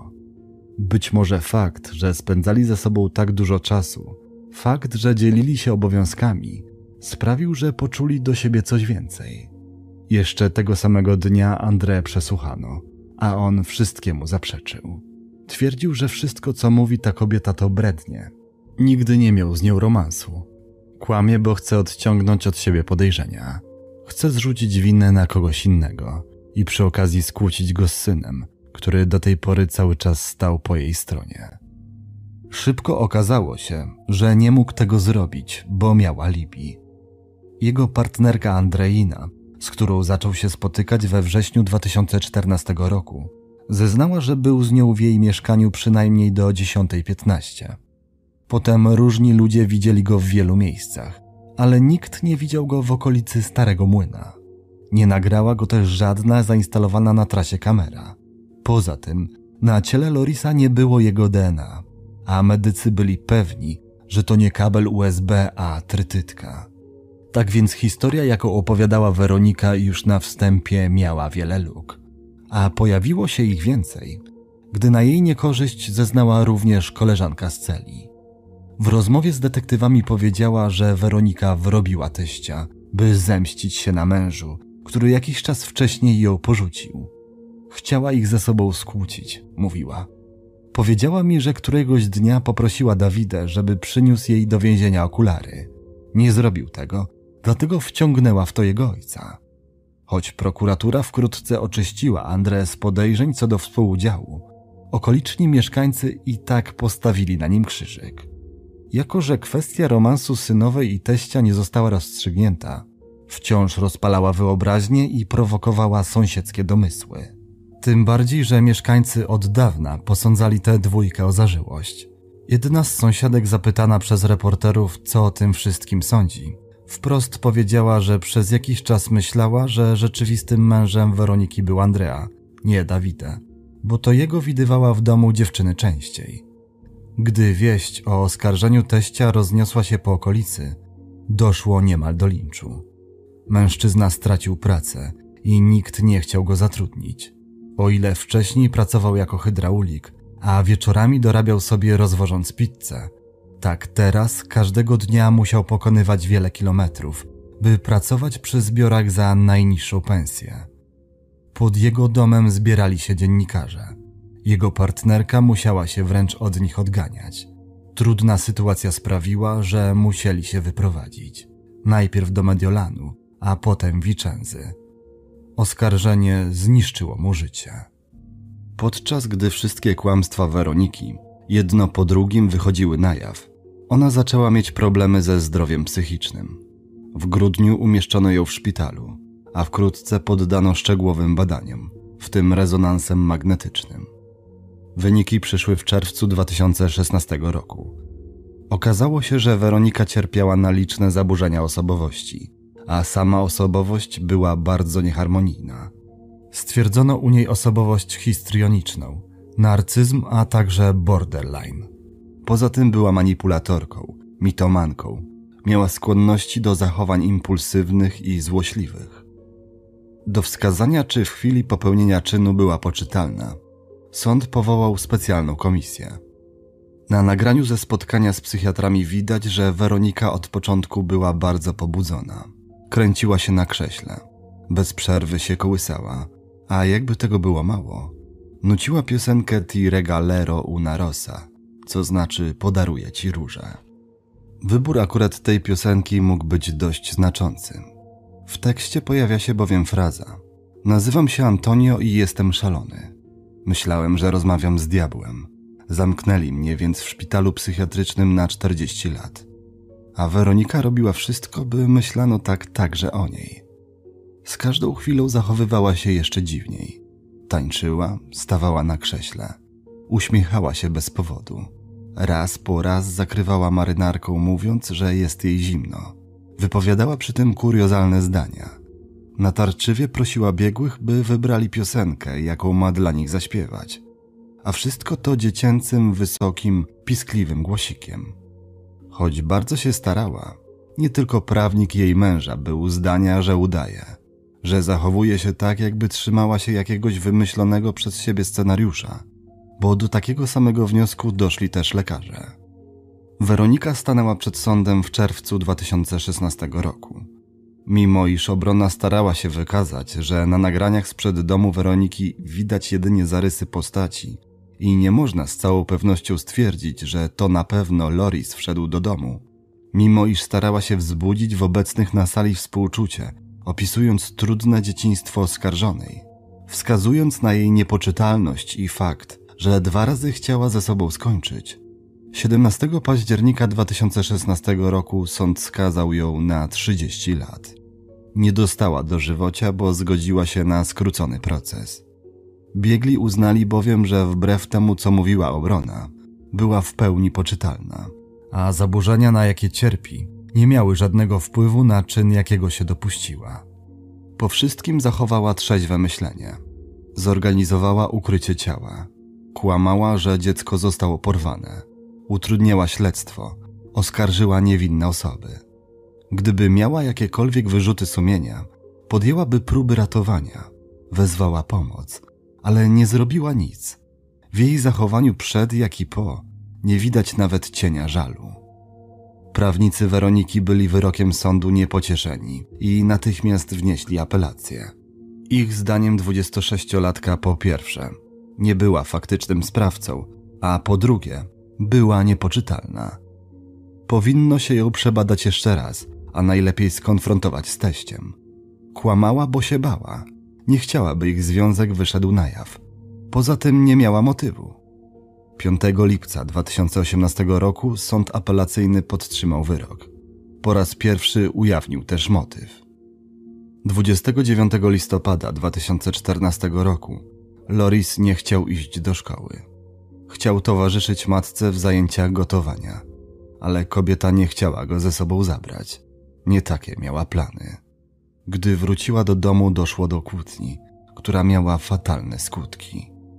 Być może fakt, że spędzali ze sobą tak dużo czasu, fakt, że dzielili się obowiązkami, sprawił, że poczuli do siebie coś więcej. Jeszcze tego samego dnia Andrę przesłuchano, a on wszystkiemu zaprzeczył. Twierdził, że wszystko, co mówi ta kobieta, to brednie. Nigdy nie miał z nią romansu. Kłamie, bo chce odciągnąć od siebie podejrzenia. Chce zrzucić winę na kogoś innego i przy okazji skłócić go z synem, który do tej pory cały czas stał po jej stronie. Szybko okazało się, że nie mógł tego zrobić, bo miał alibi. Jego partnerka Andreina, z którą zaczął się spotykać we wrześniu dwa tysiące czternastego roku, zeznała, że był z nią w jej mieszkaniu przynajmniej do dziesiątej piętnaście. Potem różni ludzie widzieli go w wielu miejscach, ale nikt nie widział go w okolicy Starego Młyna. Nie nagrała go też żadna zainstalowana na trasie kamera. Poza tym na ciele Lorisa nie było jego D N A, a medycy byli pewni, że to nie kabel U S B, a trytytka. Tak więc historia, jaką opowiadała Weronika już na wstępie, miała wiele luk. A pojawiło się ich więcej, gdy na jej niekorzyść zeznała również koleżanka z celi. W rozmowie z detektywami powiedziała, że Weronika wrobiła teścia, by zemścić się na mężu, który jakiś czas wcześniej ją porzucił. Chciała ich ze sobą skłócić, mówiła. Powiedziała mi, że któregoś dnia poprosiła Davide, żeby przyniósł jej do więzienia okulary. Nie zrobił tego, dlatego wciągnęła w to jego ojca. Choć prokuratura wkrótce oczyściła Andrę z podejrzeń co do współudziału, okoliczni mieszkańcy i tak postawili na nim krzyżyk. Jako że kwestia romansu synowej i teścia nie została rozstrzygnięta, wciąż rozpalała wyobraźnię i prowokowała sąsiedzkie domysły. Tym bardziej, że mieszkańcy od dawna posądzali tę dwójkę o zażyłość. Jedna z sąsiadek zapytana przez reporterów, co o tym wszystkim sądzi, wprost powiedziała, że przez jakiś czas myślała, że rzeczywistym mężem Weroniki był Andrea, nie Davide, bo to jego widywała w domu dziewczyny częściej. Gdy wieść o oskarżeniu teścia rozniosła się po okolicy, doszło niemal do linczu. Mężczyzna stracił pracę i nikt nie chciał go zatrudnić. O ile wcześniej pracował jako hydraulik, a wieczorami dorabiał sobie rozwożąc pizzę, tak teraz każdego dnia musiał pokonywać wiele kilometrów, by pracować przy zbiorach za najniższą pensję. Pod jego domem zbierali się dziennikarze. Jego partnerka musiała się wręcz od nich odganiać. Trudna sytuacja sprawiła, że musieli się wyprowadzić. Najpierw do Mediolanu, a potem Vicenzy. Oskarżenie zniszczyło mu życie. Podczas gdy wszystkie kłamstwa Weroniki jedno po drugim wychodziły na jaw, ona zaczęła mieć problemy ze zdrowiem psychicznym. W grudniu umieszczono ją w szpitalu, a wkrótce poddano szczegółowym badaniom, w tym rezonansem magnetycznym. Wyniki przyszły w czerwcu dwa tysiące szesnastego roku. Okazało się, że Weronika cierpiała na liczne zaburzenia osobowości, a sama osobowość była bardzo nieharmonijna. Stwierdzono u niej osobowość histrioniczną, narcyzm, a także borderline. Poza tym była manipulatorką, mitomanką, miała skłonności do zachowań impulsywnych i złośliwych. Do wskazania, czy w chwili popełnienia czynu była poczytalna, sąd powołał specjalną komisję. Na nagraniu ze spotkania z psychiatrami widać, że Weronika od początku była bardzo pobudzona. Kręciła się na krześle, bez przerwy się kołysała, a jakby tego było mało, nuciła piosenkę Ti regalero una rosa, co znaczy podaruję ci różę. Wybór akurat tej piosenki mógł być dość znaczący. W tekście pojawia się bowiem fraza: nazywam się Antonio i jestem szalony. Myślałem, że rozmawiam z diabłem. Zamknęli mnie więc w szpitalu psychiatrycznym na czterdzieści lat. A Weronika robiła wszystko, by myślano tak także o niej. Z każdą chwilą zachowywała się jeszcze dziwniej. Tańczyła, stawała na krześle. Uśmiechała się bez powodu. Raz po raz zakrywała marynarką, mówiąc, że jest jej zimno. Wypowiadała przy tym kuriozalne zdania. Natarczywie prosiła biegłych, by wybrali piosenkę, jaką ma dla nich zaśpiewać. A wszystko to dziecięcym, wysokim, piskliwym głosikiem. Choć bardzo się starała, nie tylko prawnik jej męża był zdania, że udaje, że zachowuje się tak, jakby trzymała się jakiegoś wymyślonego przez siebie scenariusza, bo do takiego samego wniosku doszli też lekarze. Weronika stanęła przed sądem w czerwcu dwa tysiące szesnastego roku. Mimo iż obrona starała się wykazać, że na nagraniach sprzed domu Weroniki widać jedynie zarysy postaci i nie można z całą pewnością stwierdzić, że to na pewno Loris wszedł do domu, mimo iż starała się wzbudzić w obecnych na sali współczucie, opisując trudne dzieciństwo oskarżonej, wskazując na jej niepoczytalność i fakt, że dwa razy chciała ze sobą skończyć. siedemnastego października dwa tysiące szesnastego roku sąd skazał ją na trzydzieści lat. Nie dostała dożywocia, bo zgodziła się na skrócony proces. Biegli uznali bowiem, że wbrew temu, co mówiła obrona, była w pełni poczytalna, a zaburzenia, na jakie cierpi, nie miały żadnego wpływu na czyn, jakiego się dopuściła. Po wszystkim zachowała trzeźwe myślenie. Zorganizowała ukrycie ciała. Kłamała, że dziecko zostało porwane. Utrudniała śledztwo. Oskarżyła niewinne osoby. Gdyby miała jakiekolwiek wyrzuty sumienia, podjęłaby próby ratowania. Wezwała pomoc, ale nie zrobiła nic. W jej zachowaniu przed, jak i po nie widać nawet cienia żalu. Prawnicy Weroniki byli wyrokiem sądu niepocieszeni i natychmiast wnieśli apelację. Ich zdaniem dwudziestosześciolatka po pierwsze nie była faktycznym sprawcą, a po drugie była niepoczytalna. Powinno się ją przebadać jeszcze raz, a najlepiej skonfrontować z teściem. Kłamała, bo się bała. Nie chciała, by ich związek wyszedł na jaw. Poza tym nie miała motywu. piątego lipca dwa tysiące osiemnastego roku sąd apelacyjny podtrzymał wyrok. Po raz pierwszy ujawnił też motyw. dwudziestego dziewiątego listopada dwa tysiące czternastego roku Loris nie chciał iść do szkoły. Chciał towarzyszyć matce w zajęciach gotowania, ale kobieta nie chciała go ze sobą zabrać. Nie takie miała plany. Gdy wróciła do domu, doszło do kłótni, która miała fatalne skutki.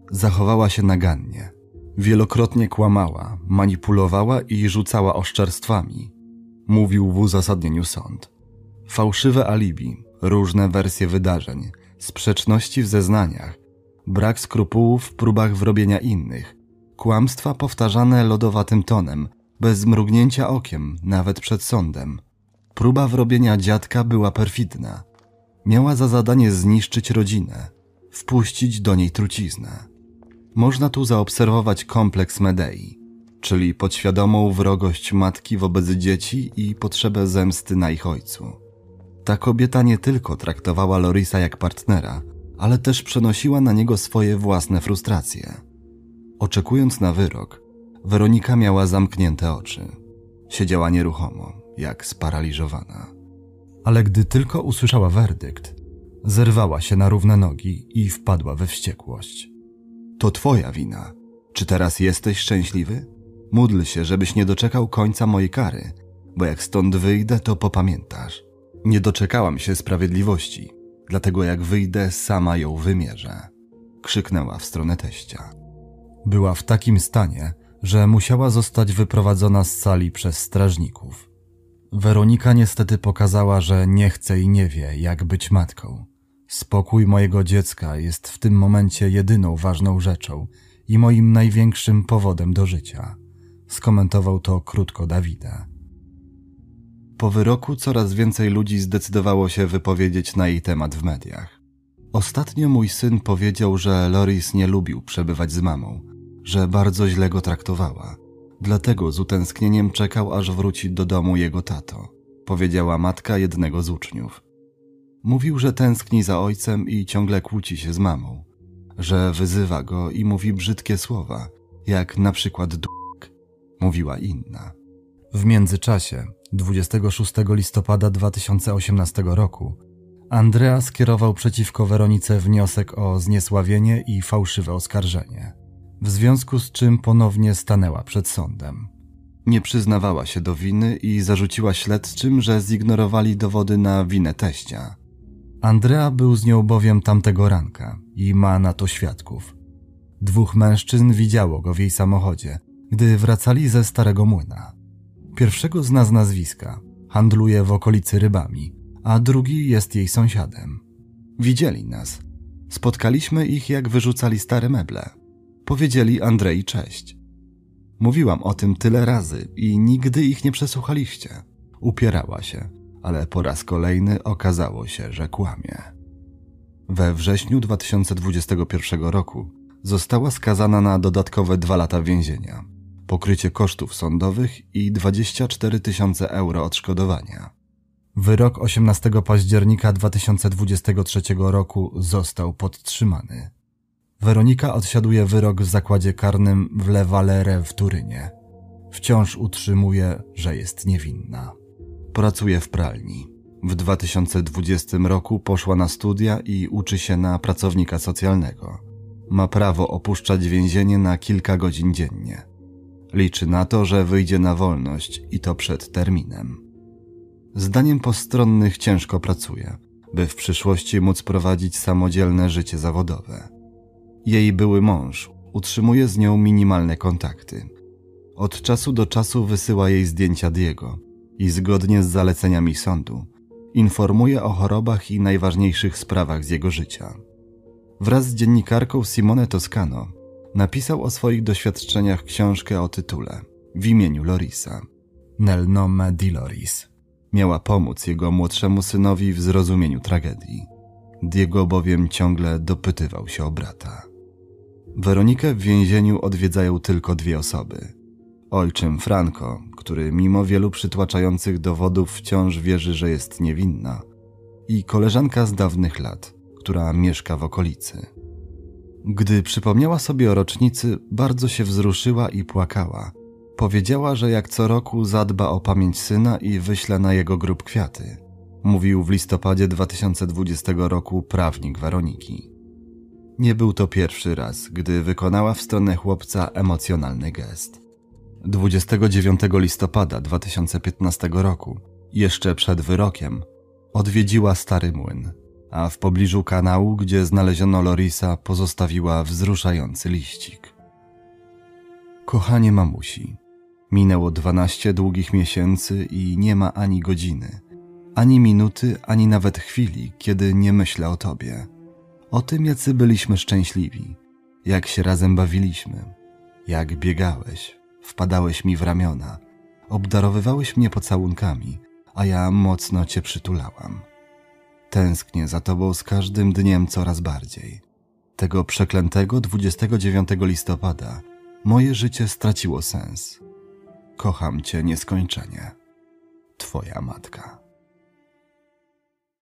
Zachowała się nagannie. Wielokrotnie kłamała, manipulowała i rzucała oszczerstwami. Mówił w uzasadnieniu sąd. Fałszywe alibi, różne wersje wydarzeń, sprzeczności w zeznaniach, brak skrupułów w próbach wrobienia innych, kłamstwa powtarzane lodowatym tonem, bez mrugnięcia okiem, nawet przed sądem. Próba wrobienia dziadka była perfidna. Miała za zadanie zniszczyć rodzinę, wpuścić do niej truciznę. Można tu zaobserwować kompleks Medei, czyli podświadomą wrogość matki wobec dzieci i potrzebę zemsty na ich ojcu. Ta kobieta nie tylko traktowała Lorisa jak partnera, ale też przenosiła na niego swoje własne frustracje. Oczekując na wyrok, Weronika miała zamknięte oczy. Siedziała nieruchomo, jak sparaliżowana. Ale gdy tylko usłyszała werdykt, zerwała się na równe nogi i wpadła we wściekłość. To twoja wina. Czy teraz jesteś szczęśliwy? Módl się, żebyś nie doczekał końca mojej kary, bo jak stąd wyjdę, to popamiętasz. Nie doczekałam się sprawiedliwości, dlatego jak wyjdę, sama ją wymierzę. Krzyknęła w stronę teścia. Była w takim stanie, że musiała zostać wyprowadzona z sali przez strażników. Weronika niestety pokazała, że nie chce i nie wie, jak być matką. Spokój mojego dziecka jest w tym momencie jedyną ważną rzeczą i moim największym powodem do życia. Skomentował to krótko Davide. Po wyroku coraz więcej ludzi zdecydowało się wypowiedzieć na jej temat w mediach. Ostatnio mój syn powiedział, że Loris nie lubił przebywać z mamą, że bardzo źle go traktowała. Dlatego z utęsknieniem czekał, aż wróci do domu jego tato, powiedziała matka jednego z uczniów. Mówił, że tęskni za ojcem i ciągle kłóci się z mamą, że wyzywa go i mówi brzydkie słowa, jak na przykład d**k, mówiła inna. W międzyczasie, dwudziestego szóstego listopada dwa tysiące osiemnastego roku, Andrea skierował przeciwko Weronice wniosek o zniesławienie i fałszywe oskarżenie, w związku z czym ponownie stanęła przed sądem. Nie przyznawała się do winy i zarzuciła śledczym, że zignorowali dowody na winę teścia. Andrea był z nią bowiem tamtego ranka i ma na to świadków. Dwóch mężczyzn widziało go w jej samochodzie, gdy wracali ze Starego Młyna. Pierwszego zna z nazwiska, handluje w okolicy rybami, a drugi jest jej sąsiadem. Widzieli nas. Spotkaliśmy ich, jak wyrzucali stare meble. Powiedzieli Andrei cześć. Mówiłam o tym tyle razy i nigdy ich nie przesłuchaliście. Upierała się, ale po raz kolejny okazało się, że kłamie. We wrześniu dwa tysiące dwudziestego pierwszego roku została skazana na dodatkowe dwa lata więzienia, pokrycie kosztów sądowych i dwadzieścia cztery tysiące euro odszkodowania. Wyrok osiemnastego października dwa tysiące dwudziestego trzeciego roku został podtrzymany. Weronika odsiaduje wyrok w zakładzie karnym w Le Valere w Turynie. Wciąż utrzymuje, że jest niewinna. Pracuje w pralni. W dwa tysiące dwudziestym roku poszła na studia i uczy się na pracownika socjalnego. Ma prawo opuszczać więzienie na kilka godzin dziennie. Liczy na to, że wyjdzie na wolność i to przed terminem. Zdaniem postronnych ciężko pracuje, by w przyszłości móc prowadzić samodzielne życie zawodowe. Jej były mąż utrzymuje z nią minimalne kontakty. Od czasu do czasu wysyła jej zdjęcia Diego i zgodnie z zaleceniami sądu informuje o chorobach i najważniejszych sprawach z jego życia. Wraz z dziennikarką Simone Toscano napisał o swoich doświadczeniach książkę o tytule W imieniu Lorisa. Nel nome di Loris. Miała pomóc jego młodszemu synowi w zrozumieniu tragedii. Diego bowiem ciągle dopytywał się o brata. Weronikę w więzieniu odwiedzają tylko dwie osoby. Ojczym Franco, który mimo wielu przytłaczających dowodów wciąż wierzy, że jest niewinna, i koleżanka z dawnych lat, która mieszka w okolicy. Gdy przypomniała sobie o rocznicy, bardzo się wzruszyła i płakała. Powiedziała, że jak co roku zadba o pamięć syna i wyśle na jego grób kwiaty. Mówił w listopadzie dwa tysiące dwudziestego roku prawnik Weroniki. Nie był to pierwszy raz, gdy wykonała w stronę chłopca emocjonalny gest. dwudziestego dziewiątego listopada dwa tysiące piętnastego roku, jeszcze przed wyrokiem, odwiedziła Stary Młyn, a w pobliżu kanału, gdzie znaleziono Lorisa, pozostawiła wzruszający liścik. Kochanie mamusi, minęło dwanaście długich miesięcy i nie ma ani godziny, ani minuty, ani nawet chwili, kiedy nie myślę o tobie. O tym, jacy byliśmy szczęśliwi, jak się razem bawiliśmy, jak biegałeś, wpadałeś mi w ramiona, obdarowywałeś mnie pocałunkami, a ja mocno cię przytulałam. Tęsknię za tobą z każdym dniem coraz bardziej. Tego przeklętego dwudziestego dziewiątego listopada moje życie straciło sens. Kocham cię nieskończenie. Twoja matka.